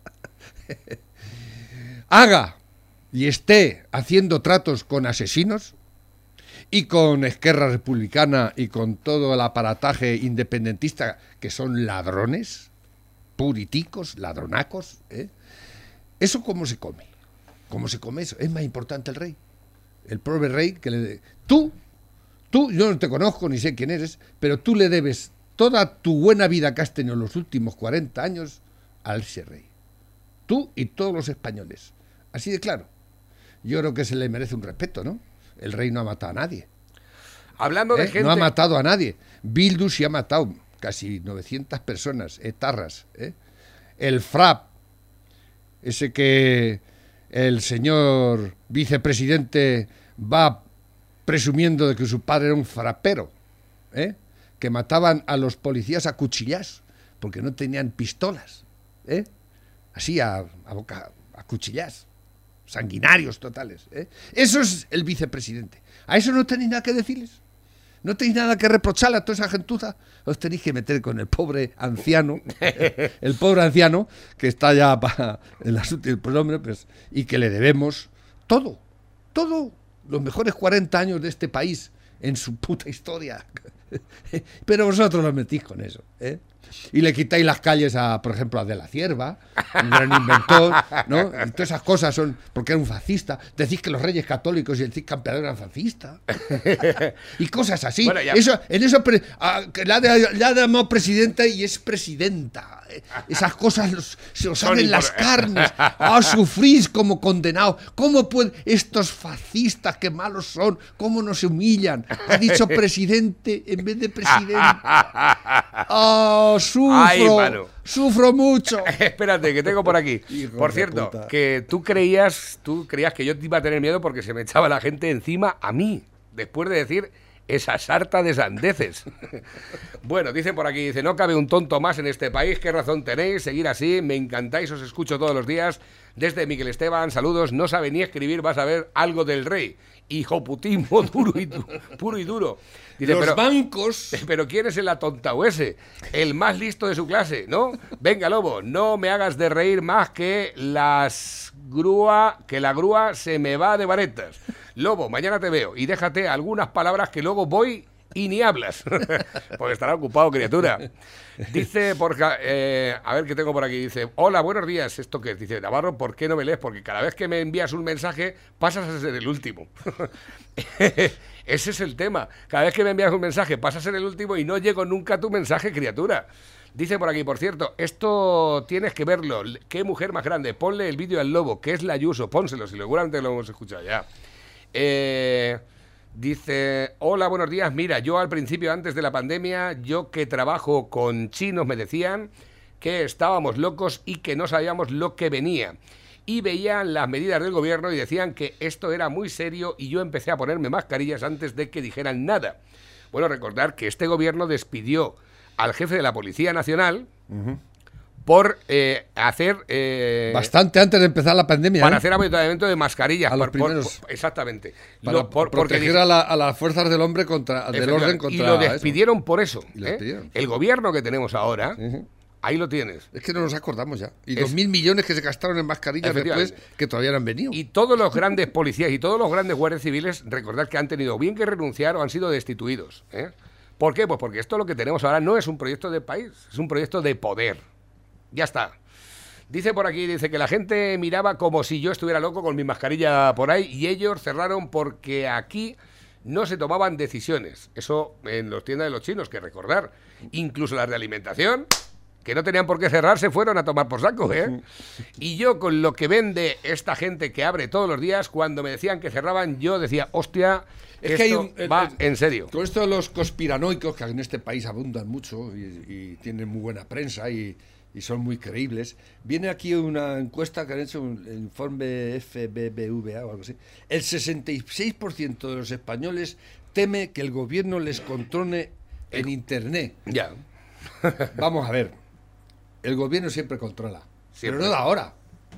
Haga y esté haciendo tratos con asesinos y con Esquerra Republicana y con todo el aparataje independentista, que son ladrones, puriticos, ladronacos, ¿eh? ¿Eso cómo se come? ¿Cómo se come eso? Es más importante el rey. El pobre rey que le... De... Tú, tú, yo no te conozco ni sé quién eres, pero tú le debes toda tu buena vida que has tenido en los últimos cuarenta años a ese rey. Tú y todos los españoles. Así de claro. Yo creo que se le merece un respeto, ¿no? El rey no ha matado a nadie. Hablando de ¿Eh? gente... No ha matado a nadie. Bildu sí ha matado casi novecientas personas, etarras. ¿eh? El FRAP, ese que el señor vicepresidente va presumiendo de que su padre era un frapero, ¿eh? que mataban a los policías a cuchillas porque no tenían pistolas. ¿eh? Así a, a boca, a cuchillas. Sanguinarios totales. ¿eh? Eso es el vicepresidente. A eso no tenéis nada que decirles. No tenéis nada que reprocharle a toda esa gentuza. Os tenéis que meter con el pobre anciano, el pobre anciano que está ya para en las últimas, pues, hombre, pues, y que le debemos todo, todo, los mejores cuarenta años de este país en su puta historia. Pero vosotros lo metís con eso, ¿eh? Y le quitáis las calles a, por ejemplo, a De la Cierva, un gran inventor, ¿no? Y todas esas cosas son porque era un fascista. Decís que los reyes católicos y el Cid Campeador eran fascistas. Y cosas así. Bueno, eso, en eso pre, a, que la, de, la llamado presidenta y es presidenta. Esas cosas los, se os salen las carnes. Ah, sufrís como condenados. ¿Cómo pueden estos fascistas que malos son? ¿Cómo nos humillan? Ha dicho presidente en vez de presidente. Oh, sufro, Ay, sufro mucho. Espérate, que tengo por aquí. Hijo por de cierto, puta. que tú creías, tú creías que yo te iba a tener miedo porque se me echaba la gente encima a mí, después de decir esa sarta de sandeces. Bueno, dicen por aquí, dice, no cabe un tonto más en este país, qué razón tenéis, seguir así, me encantáis, os escucho todos los días. Desde Miguel Esteban, saludos, no sabe ni escribir, vas a ver algo del rey. Hijoputismo duro y du puro y duro. Dice, los pero, bancos... Pero ¿quién es el atontao ese? El más listo de su clase, ¿no? Venga, Lobo, no me hagas de reír más que las grúa, que la grúa se me va de varetas. Lobo, mañana te veo y déjate algunas palabras que luego voy y ni hablas. Porque estará ocupado, criatura. Dice, por, eh, a ver qué tengo por aquí. Dice, hola, buenos días. ¿Esto qué es? Dice, Navarro, ¿por qué no me lees? Porque cada vez que me envías un mensaje, pasas a ser el último. Ese es el tema. Cada vez que me envías un mensaje, pasas a ser el último y no llego nunca a tu mensaje, criatura. Dice por aquí, por cierto, esto tienes que verlo. ¿Qué mujer más grande? Ponle el vídeo al Lobo, que es la Ayuso. Pónselo, si seguramente lo hemos escuchado ya. Eh... Dice, hola, buenos días, mira, yo al principio, antes de la pandemia, yo que trabajo con chinos me decían que estábamos locos y que no sabíamos lo que venía. Y veían las medidas del gobierno y decían que esto era muy serio y yo empecé a ponerme mascarillas antes de que dijeran nada. Bueno, recordar que este gobierno despidió al jefe de la Policía Nacional... Uh-huh. por eh, hacer... Eh, Bastante antes de empezar la pandemia. Para ¿eh? hacer avituallamiento de mascarillas. A los por, primeros. Por, exactamente. Para lo, por, proteger porque, a, la, a las fuerzas del hombre contra del orden contra y lo despidieron eso. por eso. Y lo ¿eh? despidieron. El gobierno que tenemos ahora, uh-huh. ahí lo tienes. Es que no nos acordamos ya. Y es, dos mil millones que se gastaron en mascarillas después que todavía no han venido. Y todos los grandes policías y todos los grandes guardias civiles, recordad que han tenido bien que renunciar o han sido destituidos. ¿eh? ¿Por qué? Pues porque esto lo que tenemos ahora no es un proyecto de país, es un proyecto de poder. Ya está. Dice por aquí, dice que la gente miraba como si yo estuviera loco con mi mascarilla por ahí y ellos cerraron porque aquí no se tomaban decisiones. Eso en las tiendas de los chinos, que recordar. Incluso las de alimentación, que no tenían por qué cerrar, se fueron a tomar por saco, ¿eh? Y yo con lo que vende esta gente que abre todos los días, cuando me decían que cerraban, yo decía, hostia, es esto que hay un, el, va el, en serio. Con esto de los conspiranoicos, que en este país abundan mucho y, y tienen muy buena prensa y... y son muy creíbles. Viene aquí una encuesta que han hecho, un informe F B B V A o algo así. El sesenta y seis por ciento de los españoles teme que el gobierno les controle en Internet. Ya. Vamos a ver. El gobierno siempre controla. Siempre. Pero no de ahora.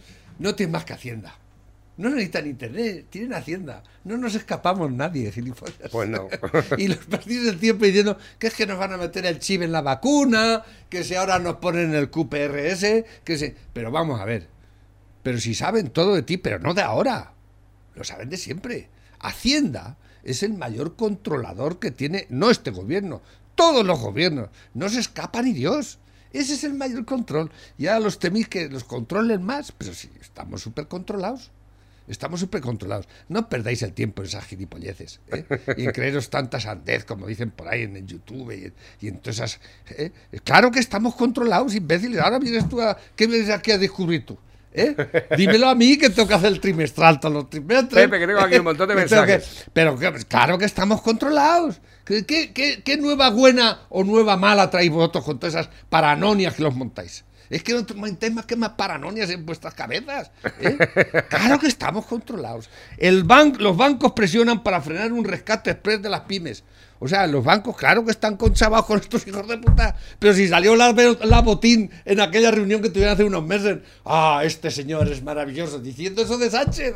No tiene más que Hacienda. No necesitan Internet, tienen Hacienda. No nos escapamos nadie, gilipollas. Pues no. Y los partidos del tiempo diciendo que es que nos van a meter el chip en la vacuna, que si ahora nos ponen el Q P R S, que se... Pero vamos a ver. Pero si saben todo de ti, pero no de ahora. Lo saben de siempre. Hacienda es el mayor controlador que tiene, no este gobierno, todos los gobiernos. No se escapa ni Dios. Ese es el mayor control. Ya los temís que los controlen más, pero sí, estamos súper controlados. Estamos súper controlados. No perdáis el tiempo en esas gilipolleces, ¿eh? Y en creeros tanta sandez, como dicen por ahí en, en YouTube y en, y en todas esas... ¿eh? Claro que estamos controlados, imbéciles. Ahora vienes tú a... ¿Qué vienes aquí a descubrir tú? ¿Eh? Dímelo a mí, que tengo que hacer el trimestral todos los trimestres. Pepe, que tengo aquí un montón de mensajes. Que, pero que, claro que estamos controlados. ¿Qué, qué, qué, ¿Qué nueva buena o nueva mala traéis vosotros con todas esas paranonias que los montáis? Es que no tenéis más que más paranonias en vuestras cabezas, ¿eh? Claro que estamos controlados. El ban los bancos presionan para frenar un rescate express de las pymes. O sea, los bancos, claro que están conchavados con estos hijos de puta. Pero si salió la, la botín en aquella reunión que tuvieron hace unos meses, ah, este señor es maravilloso, diciendo eso de Sánchez.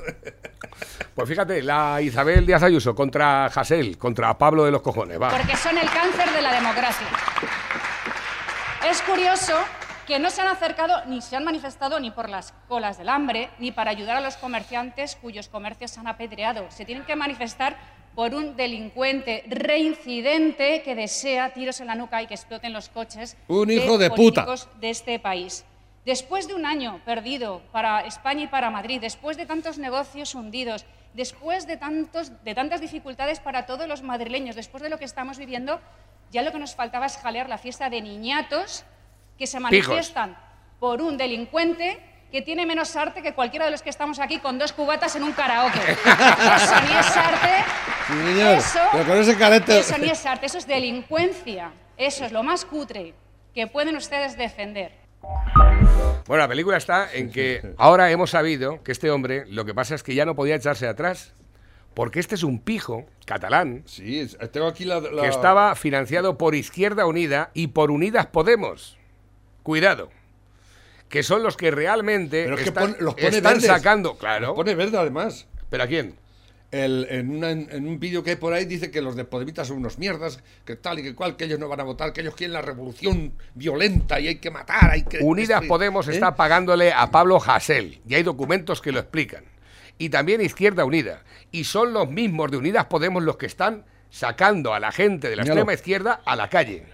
Pues fíjate, la Isabel Díaz Ayuso contra Hasél, contra Pablo de los cojones, va. Porque son el cáncer de la democracia. Es curioso que no se han acercado ni se han manifestado ni por las colas del hambre, ni para ayudar a los comerciantes cuyos comercios se han apedreado. Se tienen que manifestar por un delincuente reincidente que desea tiros en la nuca y que exploten los coches un hijo de, de políticos puta de este país. Después de un año perdido para España y para Madrid, después de tantos negocios hundidos, después de, tantos, de tantas dificultades para todos los madrileños, después de lo que estamos viviendo, ya lo que nos faltaba es jalear la fiesta de niñatos que se manifiestan Pijos. por un delincuente que tiene menos arte que cualquiera de los que estamos aquí con dos cubatas en un karaoke. Eso ni es arte, sí, señor, eso, pero con ese carete... eso ni es arte, eso es delincuencia. Eso es lo más cutre que pueden ustedes defender. Bueno, la película está en que ahora hemos sabido que este hombre, lo que pasa es que ya no podía echarse atrás, porque este es un pijo catalán. Sí, tengo aquí la, la... que estaba financiado por Izquierda Unida y por Unidas Podemos. Cuidado, que son los que realmente Pero es están, que pone, los pone están verdes. sacando, claro. Los pone verde además. ¿Pero a quién? El, en, una, en un vídeo que hay por ahí dice que los de Podemitas son unos mierdas, que tal y que cual, que ellos no van a votar, que ellos quieren la revolución violenta y hay que matar, hay que... Unidas este, Podemos ¿eh? está pagándole a Pablo Hasél y hay documentos que lo explican. Y también Izquierda Unida. Y son los mismos de Unidas Podemos los que están sacando a la gente de la Míralo. extrema izquierda a la calle.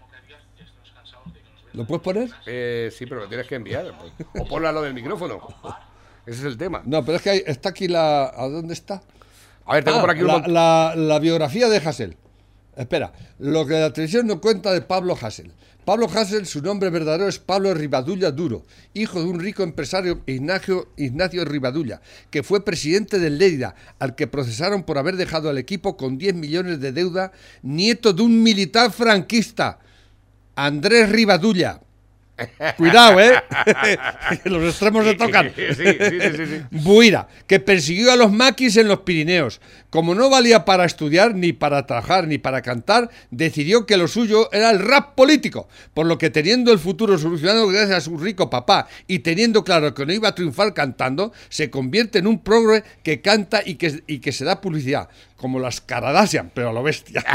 ¿Lo puedes poner? Eh, sí, pero lo tienes que enviar. Pues. O ponlo a lo del micrófono. Ese es el tema. No, pero es que hay, está aquí la... ¿A dónde está? A ver, tengo ah, por aquí un la, montón. la, la biografía de Hasél. Espera, lo que la televisión no cuenta de Pablo Hasél. Pablo Hasél, su nombre verdadero es Pablo Rivadulla Duro, hijo de un rico empresario Ignacio, Ignacio Rivadulla, que fue presidente del Lleida, al que procesaron por haber dejado al equipo con diez millones de deuda, nieto de un militar franquista, Andrés Rivadulla. Cuidado, ¿eh? Los extremos se tocan. Sí, sí, sí, sí, sí. Buira, que persiguió a los maquis en los Pirineos. Como no valía para estudiar, ni para trabajar, ni para cantar, decidió que lo suyo era el rap político. Por lo que, teniendo el futuro solucionado gracias a su rico papá y teniendo claro que no iba a triunfar cantando, se convierte en un progre que canta y que, y que se da publicidad. Como las Kardashian, pero a lo bestia.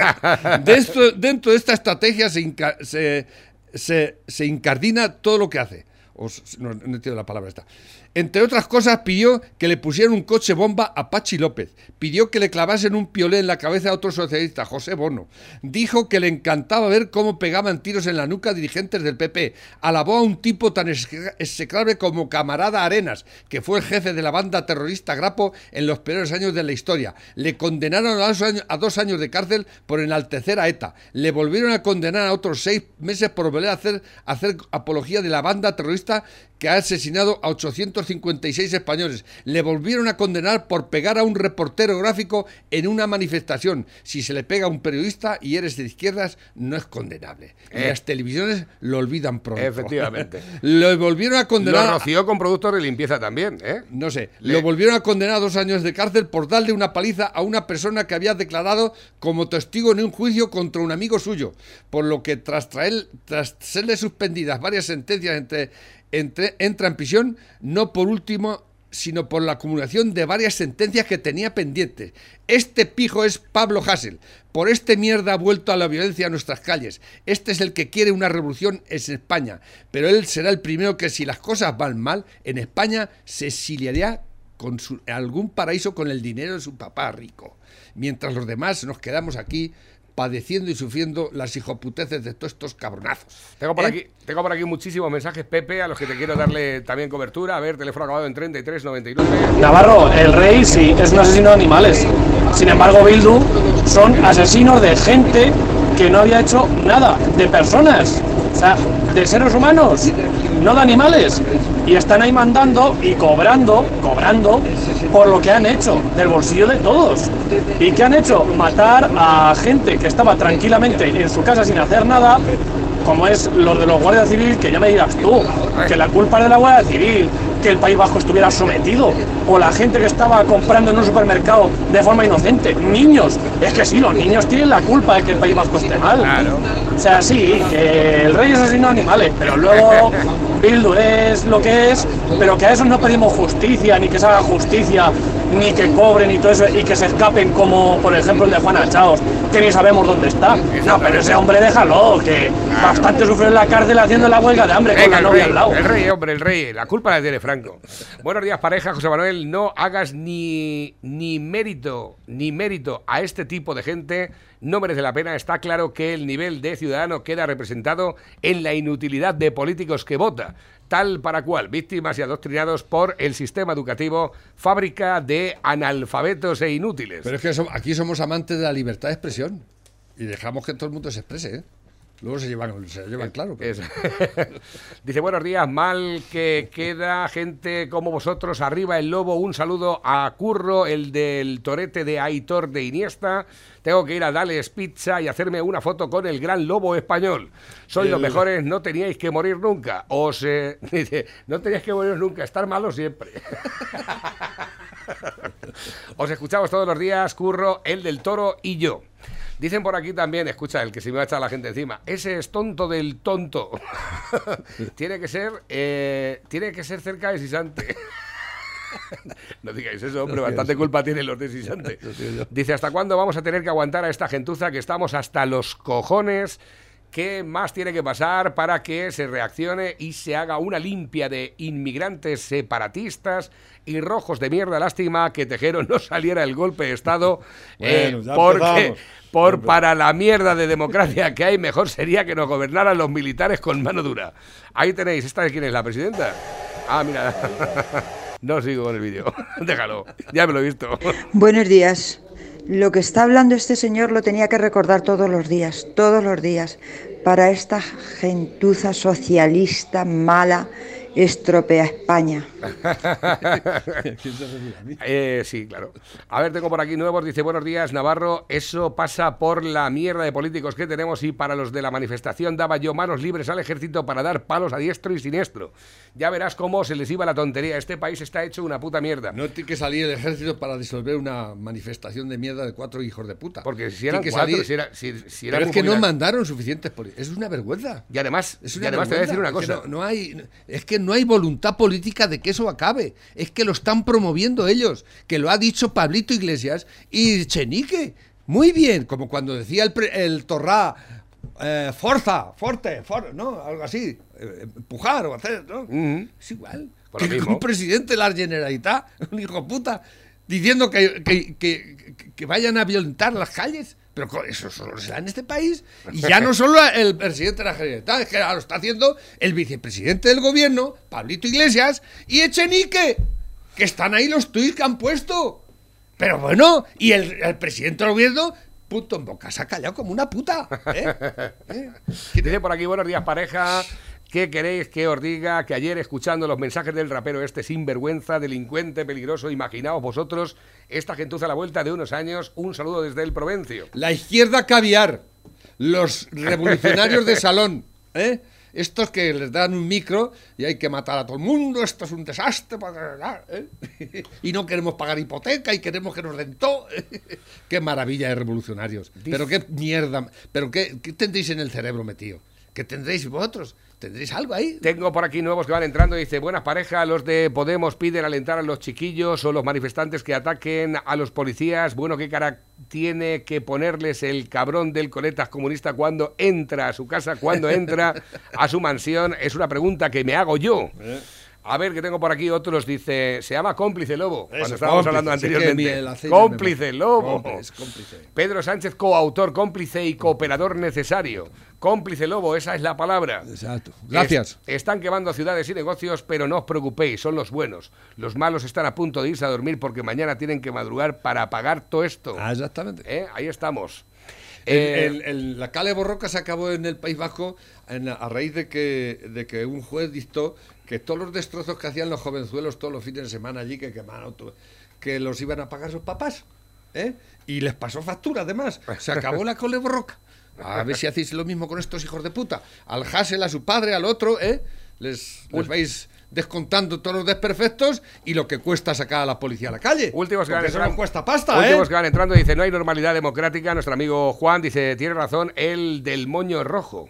Dentro, dentro de esta estrategia se... Inca, se Se, se incardina todo lo que hace. O, no, no entiendo la palabra esta. Entre otras cosas, pidió que le pusieran un coche bomba a Pachi López. Pidió que le clavasen un piolé en la cabeza a otro socialista, José Bono. Dijo que le encantaba ver cómo pegaban tiros en la nuca a dirigentes del P P. Alabó a un tipo tan execrable como Camarada Arenas, que fue el jefe de la banda terrorista Grapo en los peores años de la historia. Le condenaron a dos años, a dos años de cárcel por enaltecer a ETA. Le volvieron a condenar a otros seis meses por volver a hacer, a hacer apología de la banda terrorista que ha asesinado a ochocientos cincuenta y seis españoles. Le volvieron a condenar por pegar a un reportero gráfico en una manifestación. Si se le pega a un periodista y eres de izquierdas, no es condenable. Eh. Las televisiones lo olvidan pronto. Efectivamente. Lo volvieron a condenar... Lo roció con productos de limpieza también, ¿eh? No sé. Le... Lo volvieron a condenar a dos años de cárcel por darle una paliza a una persona que había declarado como testigo en un juicio contra un amigo suyo. Por lo que tras, traer, tras serle suspendidas varias sentencias entre... Entre, entra en prisión, no por último, sino por la acumulación de varias sentencias que tenía pendientes. Este pijo es Pablo Hasél. Por este mierda ha vuelto a la violencia a nuestras calles. Este es el que quiere una revolución en España. Pero él será el primero que, si las cosas van mal, en España se exiliaría con su, algún paraíso con el dinero de su papá rico. Mientras los demás nos quedamos aquí padeciendo y sufriendo las hijoputeces de todos estos cabronazos. Tengo por, ¿Eh? aquí, tengo por aquí muchísimos mensajes, Pepe, a los que te quiero darle también cobertura. A ver, teléfono acabado en treinta y tres noventa y nueve. Navarro, el rey sí, es un asesino de animales. Sin embargo, Bildu son asesinos de gente que no había hecho nada, de personas, o sea, de seres humanos, no de animales. Y están ahí mandando y cobrando, cobrando por lo que han hecho, del bolsillo de todos. ¿Y qué han hecho? Matar a gente que estaba tranquilamente en su casa sin hacer nada, como es los de los guardias civiles, que ya me dirás tú, que la culpa es de la Guardia Civil, que el País Vasco estuviera sometido, o la gente que estaba comprando en un supermercado de forma inocente, niños, es que sí, los niños tienen la culpa de que el País Vasco esté mal. Claro. O sea, sí, que el rey es asesino de animales, pero luego Bildu es lo que es, pero que a eso no pedimos justicia, ni que se haga justicia, ni que cobren y todo eso, y que se escapen como, por ejemplo, el de Juana Chaos, que ni sabemos dónde está. No, pero ese hombre déjalo, que claro, bastante sufre en la cárcel haciendo la huelga de hambre. Venga, con la novia al lado. El rey, hombre, el rey, la culpa la tiene Franco. Buenos días, pareja. José Manuel, no hagas ni, ni mérito, ni mérito a este tipo de gente. No merece la pena. Está claro que el nivel de ciudadano queda representado en la inutilidad de políticos que vota, tal para cual, víctimas y adoctrinados por el sistema educativo, fábrica de analfabetos e inútiles. Pero es que so- aquí somos amantes de la libertad de expresión y dejamos que todo el mundo se exprese, ¿eh? Luego se llevan, se llevan claro. Pero... Dice, buenos días, mal que queda gente como vosotros, arriba el lobo, un saludo a Curro, el del torete de Aitor de Iniesta. Tengo que ir a Dales Pizza y hacerme una foto con el gran lobo español. Sois el... los mejores, no teníais que morir nunca. Os eh, dice, no teníais que morir nunca, estar malos siempre. Os escuchamos todos los días, Curro, el del Toro y yo. Dicen por aquí también, escucha, el que se me va a echar la gente encima, ese es tonto del tonto. tiene que ser eh, tiene que ser cerca de Sisante. No digáis eso, hombre, bastante culpa tienen los de Sisante. Dice, ¿hasta cuándo vamos a tener que aguantar a esta gentuza que estamos hasta los cojones? ¿Qué más tiene que pasar para que se reaccione y se haga una limpia de inmigrantes separatistas y rojos de mierda? Lástima que Tejero no saliera el golpe de Estado, bueno, eh, porque por para la mierda de democracia que hay, mejor sería que nos gobernaran los militares con mano dura. Ahí tenéis, ¿esta de quién es, la presidenta? Ah, mira, no sigo con el vídeo, déjalo, ya me lo he visto. Buenos días. Lo que está hablando este señor lo tenía que recordar todos los días, todos los días, para esta gentuza socialista mala estropea España. eh, sí, claro. A ver, tengo por aquí nuevos. Dice, buenos días, Navarro. Eso pasa por la mierda de políticos que tenemos y para los de la manifestación daba yo manos libres al ejército para dar palos a diestro y siniestro. Ya verás cómo se les iba la tontería. Este país está hecho una puta mierda. No tiene que salir el ejército para disolver una manifestación de mierda de cuatro hijos de puta. Porque si eran que cuatro, salir... si era, si, si Pero es que no mandaron suficientes policías. Es una vergüenza. Y además, es una y además te voy a decir una cosa. Es que no, no hay, es que no hay voluntad política de que eso acabe. Es que lo están promoviendo ellos. Que lo ha dicho Pablito Iglesias y Chenique. Muy bien. Como cuando decía el, pre, el Torrá, eh, forza, fuerte, for, ¿no? Algo así. Eh, empujar o hacer, ¿no? Uh-huh. Es igual. Por que un presidente de la Generalitat, un hijo puta, diciendo que, que, que, que vayan a violentar las calles. Pero eso solo se da en este país. Y ya no solo el presidente de la Generalitat, es que ahora lo está haciendo el vicepresidente del gobierno, Pablito Iglesias, y Echenique, que están ahí los tuits que han puesto. Pero bueno, y el, el presidente del gobierno, punto en boca, se ha callado como una puta. ¿Eh? ¿Eh? Dice por aquí, buenos días, pareja. ¿Qué queréis que os diga? Que ayer, escuchando los mensajes del rapero este sinvergüenza, delincuente, peligroso, imaginaos vosotros, esta gentuza a la vuelta de unos años, un saludo desde el Provencio. La izquierda caviar, los revolucionarios de salón, ¿eh? Estos que les dan un micro y hay que matar a todo el mundo, esto es un desastre, ¿eh? Y no queremos pagar hipoteca y queremos que nos den todo. Qué maravilla de revolucionarios. Pero qué mierda, pero qué, qué tendréis en el cerebro metido. ¿Qué tendréis vosotros? ¿Tendréis algo ahí? Tengo por aquí nuevos que van entrando. Dice, buenas parejas, los de Podemos piden alentar a los chiquillos o los manifestantes que ataquen a los policías. Bueno, ¿qué cara tiene que ponerles el cabrón del coletas comunista cuando entra a su casa, cuando entra a su mansión? Es una pregunta que me hago yo. ¿Eh? A ver, que tengo por aquí otros, dice, se llama Cómplice Lobo, Eso, cuando estábamos hablando anteriormente. Sí, cómplice Lobo. Cómplice, cómplice. Pedro Sánchez, coautor, cómplice y cooperador necesario. Cómplice Lobo, esa es la palabra. Exacto. Gracias. Es, están quemando ciudades y negocios, pero no os preocupéis, son los buenos. Los malos están a punto de irse a dormir porque mañana tienen que madrugar para pagar todo esto. Ah, exactamente. ¿Eh? Ahí estamos. El, eh, el, el, la cale borroca se acabó en el País Vasco en, a raíz de que, de que un juez dictó que todos los destrozos que hacían los jovenzuelos todos los fines de semana allí, que quemaron, que los iban a pagar sus papás, ¿eh? Y les pasó factura, además. Se acabó la cale borroca. A ver si hacéis lo mismo con estos hijos de puta. Al Hassel, a su padre, al otro, ¿eh? Les, les vais descontando todos los desperfectos y lo que cuesta sacar a la policía a la calle. Últimos que van entrando. Eso no cuesta pasta, Últimos ¿eh? que van entrando, dice, no hay normalidad democrática. Nuestro amigo Juan dice, tiene razón, el del moño rojo.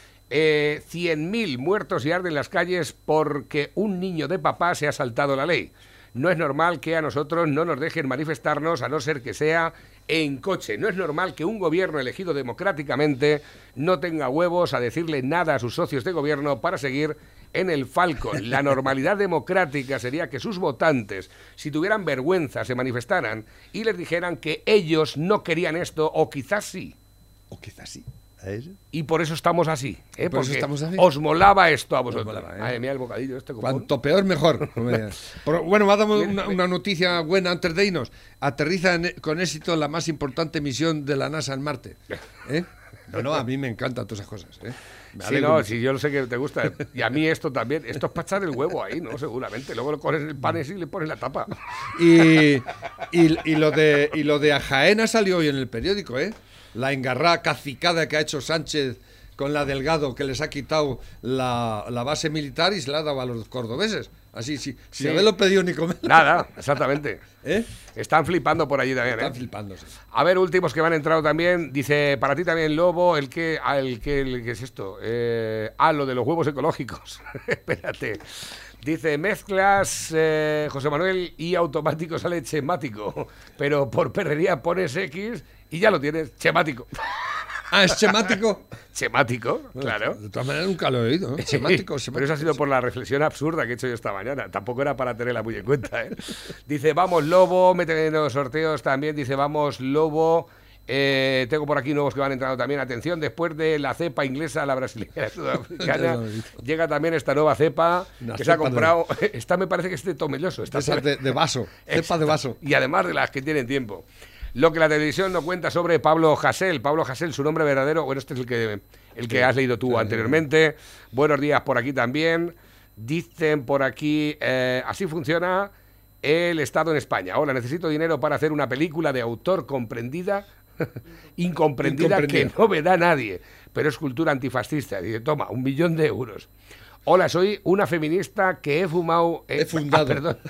Eh, cien mil muertos y arden las calles porque un niño de papá se ha saltado la ley. No es normal que a nosotros no nos dejen manifestarnos a no ser que sea en coche. No es normal que un gobierno elegido democráticamente no tenga huevos a decirle nada a sus socios de gobierno para seguir en el Falcon. La normalidad democrática sería que sus votantes, si tuvieran vergüenza, se manifestaran y les dijeran que ellos no querían esto o quizás sí. O quizás sí. Y por eso estamos así, ¿eh? Por Porque eso estamos así. Os molaba esto a vosotros. Molaba, ¿eh? Ay, mira el bocadillo este. Cuanto peor, mejor. Pero, bueno, va a dar una, una noticia buena antes de irnos. Aterriza en, con éxito la más importante misión de la NASA en Marte. ¿Eh? No, no, a mí me encantan todas esas cosas. ¿eh? Sí, no, sí, yo lo sé que te gusta. Y a mí esto también. Esto es para echar el huevo ahí, ¿no? Seguramente. Luego le coges el pan y le pones la tapa. Y, y, y, lo de, y lo de Ajaena salió hoy en el periódico, ¿eh? La engarrada cacicada que ha hecho Sánchez con la Delgado, que les ha quitado la, la base militar y se la ha dado a los cordobeses. Así, sí, sin sí. haberlo pedido ni comer. Nada, exactamente. ¿Eh? Están flipando por allí también. Están ¿eh? flipando, sí. A ver, últimos que me han entrado también. Dice, para ti también, Lobo, el que, el que, el que es esto. Eh, ah, lo de los huevos ecológicos. Espérate. Dice, mezclas eh, José Manuel y automático sale chemático. Pero por perrería pones X y ya lo tienes, chemático. Ah, ¿es chemático? Chemático, bueno, claro. De todas maneras nunca lo he oído, ¿no? Chemático, sí, pero eso ha sido por la reflexión absurda que he hecho yo esta mañana. Tampoco era para tenerla muy en cuenta, ¿eh? Dice, vamos Lobo, mete en los sorteos también. Dice, vamos Lobo. Eh, tengo por aquí nuevos que van entrando también. Atención, después de la cepa inglesa, la brasileña, sudafricana, llega también esta nueva cepa Una que cepa se ha comprado. De... Esta me parece que es de tomelloso. Esta Esa de, de vaso, cepa de vaso. Y además de las que tienen tiempo. Lo que la televisión no cuenta sobre Pablo Hasél. Pablo Hasél, su nombre verdadero, bueno, este es el que, el que sí, has leído tú sí, anteriormente. Sí. Buenos días por aquí también. Dicen por aquí, eh, así funciona el Estado en España. Hola, necesito dinero para hacer una película de autor comprendida, incomprendida, que no me da nadie, pero es cultura antifascista. Dice, toma, un millón de euros. Hola, soy una feminista que he fumado... Eh, he fundado. Ah, perdón.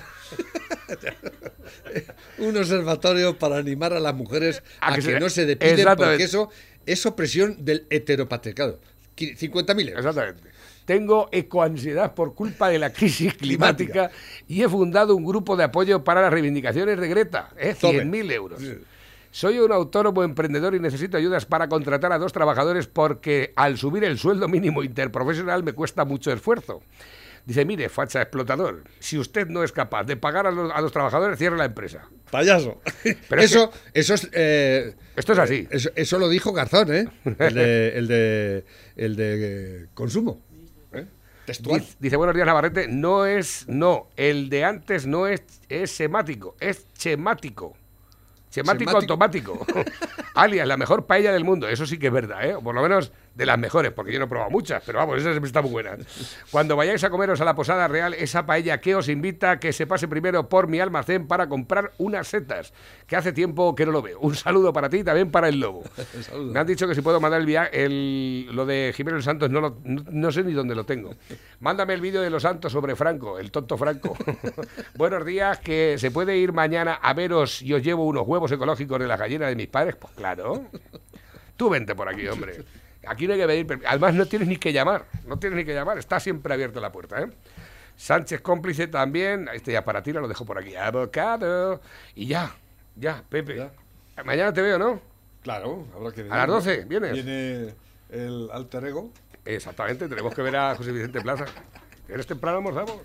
Un observatorio para animar a las mujeres a, a que, que se... no se depiden, porque eso es opresión del heteropatriarcado. cincuenta mil euros. Exactamente. Tengo ecoansiedad por culpa de la crisis climática, climática y he fundado un grupo de apoyo para las reivindicaciones de Greta. ¿eh? cien mil euros. Sí. Soy un autónomo emprendedor y necesito ayudas para contratar a dos trabajadores porque al subir el sueldo mínimo interprofesional me cuesta mucho esfuerzo. Dice, mire, facha explotador, si usted no es capaz de pagar a los, a los trabajadores, cierre la empresa. Payaso. Pero eso, es que, eso es... Eh, esto es así. Eso, eso lo dijo Garzón, ¿eh? El de, el de, el de eh, consumo. ¿eh? Textual. Dice, dice, buenos días, Navarrete. No es... No, el de antes no es, es semático, es chemático. Semático, semático automático. Alias, la mejor paella del mundo. Eso sí que es verdad, ¿eh? O por lo menos de las mejores, porque yo no he probado muchas, pero vamos, esa está muy buena. Cuando vayáis a comeros a la Posada Real, esa paella que os invita a que se pase primero por mi almacén para comprar unas setas, que hace tiempo que no lo veo. Un saludo para ti y también para el lobo. Me han dicho que si puedo mandar el viaje, el, lo de Jiménez Santos, no, lo, no, no sé ni dónde lo tengo. Mándame el vídeo de los Santos sobre Franco, el tonto Franco. Buenos días, que se puede ir mañana a veros y os llevo unos huevos ecológicos de la gallina de mis padres. Pues claro. Tú vente por aquí, hombre. Aquí no hay que pedir permiso. Además, no tienes ni que llamar. No tienes ni que llamar. Está siempre abierta la puerta, ¿eh? Sánchez cómplice también. Este ya para ti lo dejo por aquí. Abocado. Y ya. Ya, Pepe. Ya. Mañana te veo, ¿no? Claro, habrá que venir. A las doce, ¿vienes? Viene el alter ego. Exactamente. Tenemos que ver a José Vicente Plaza. ¿Eres temprano, almorzamos?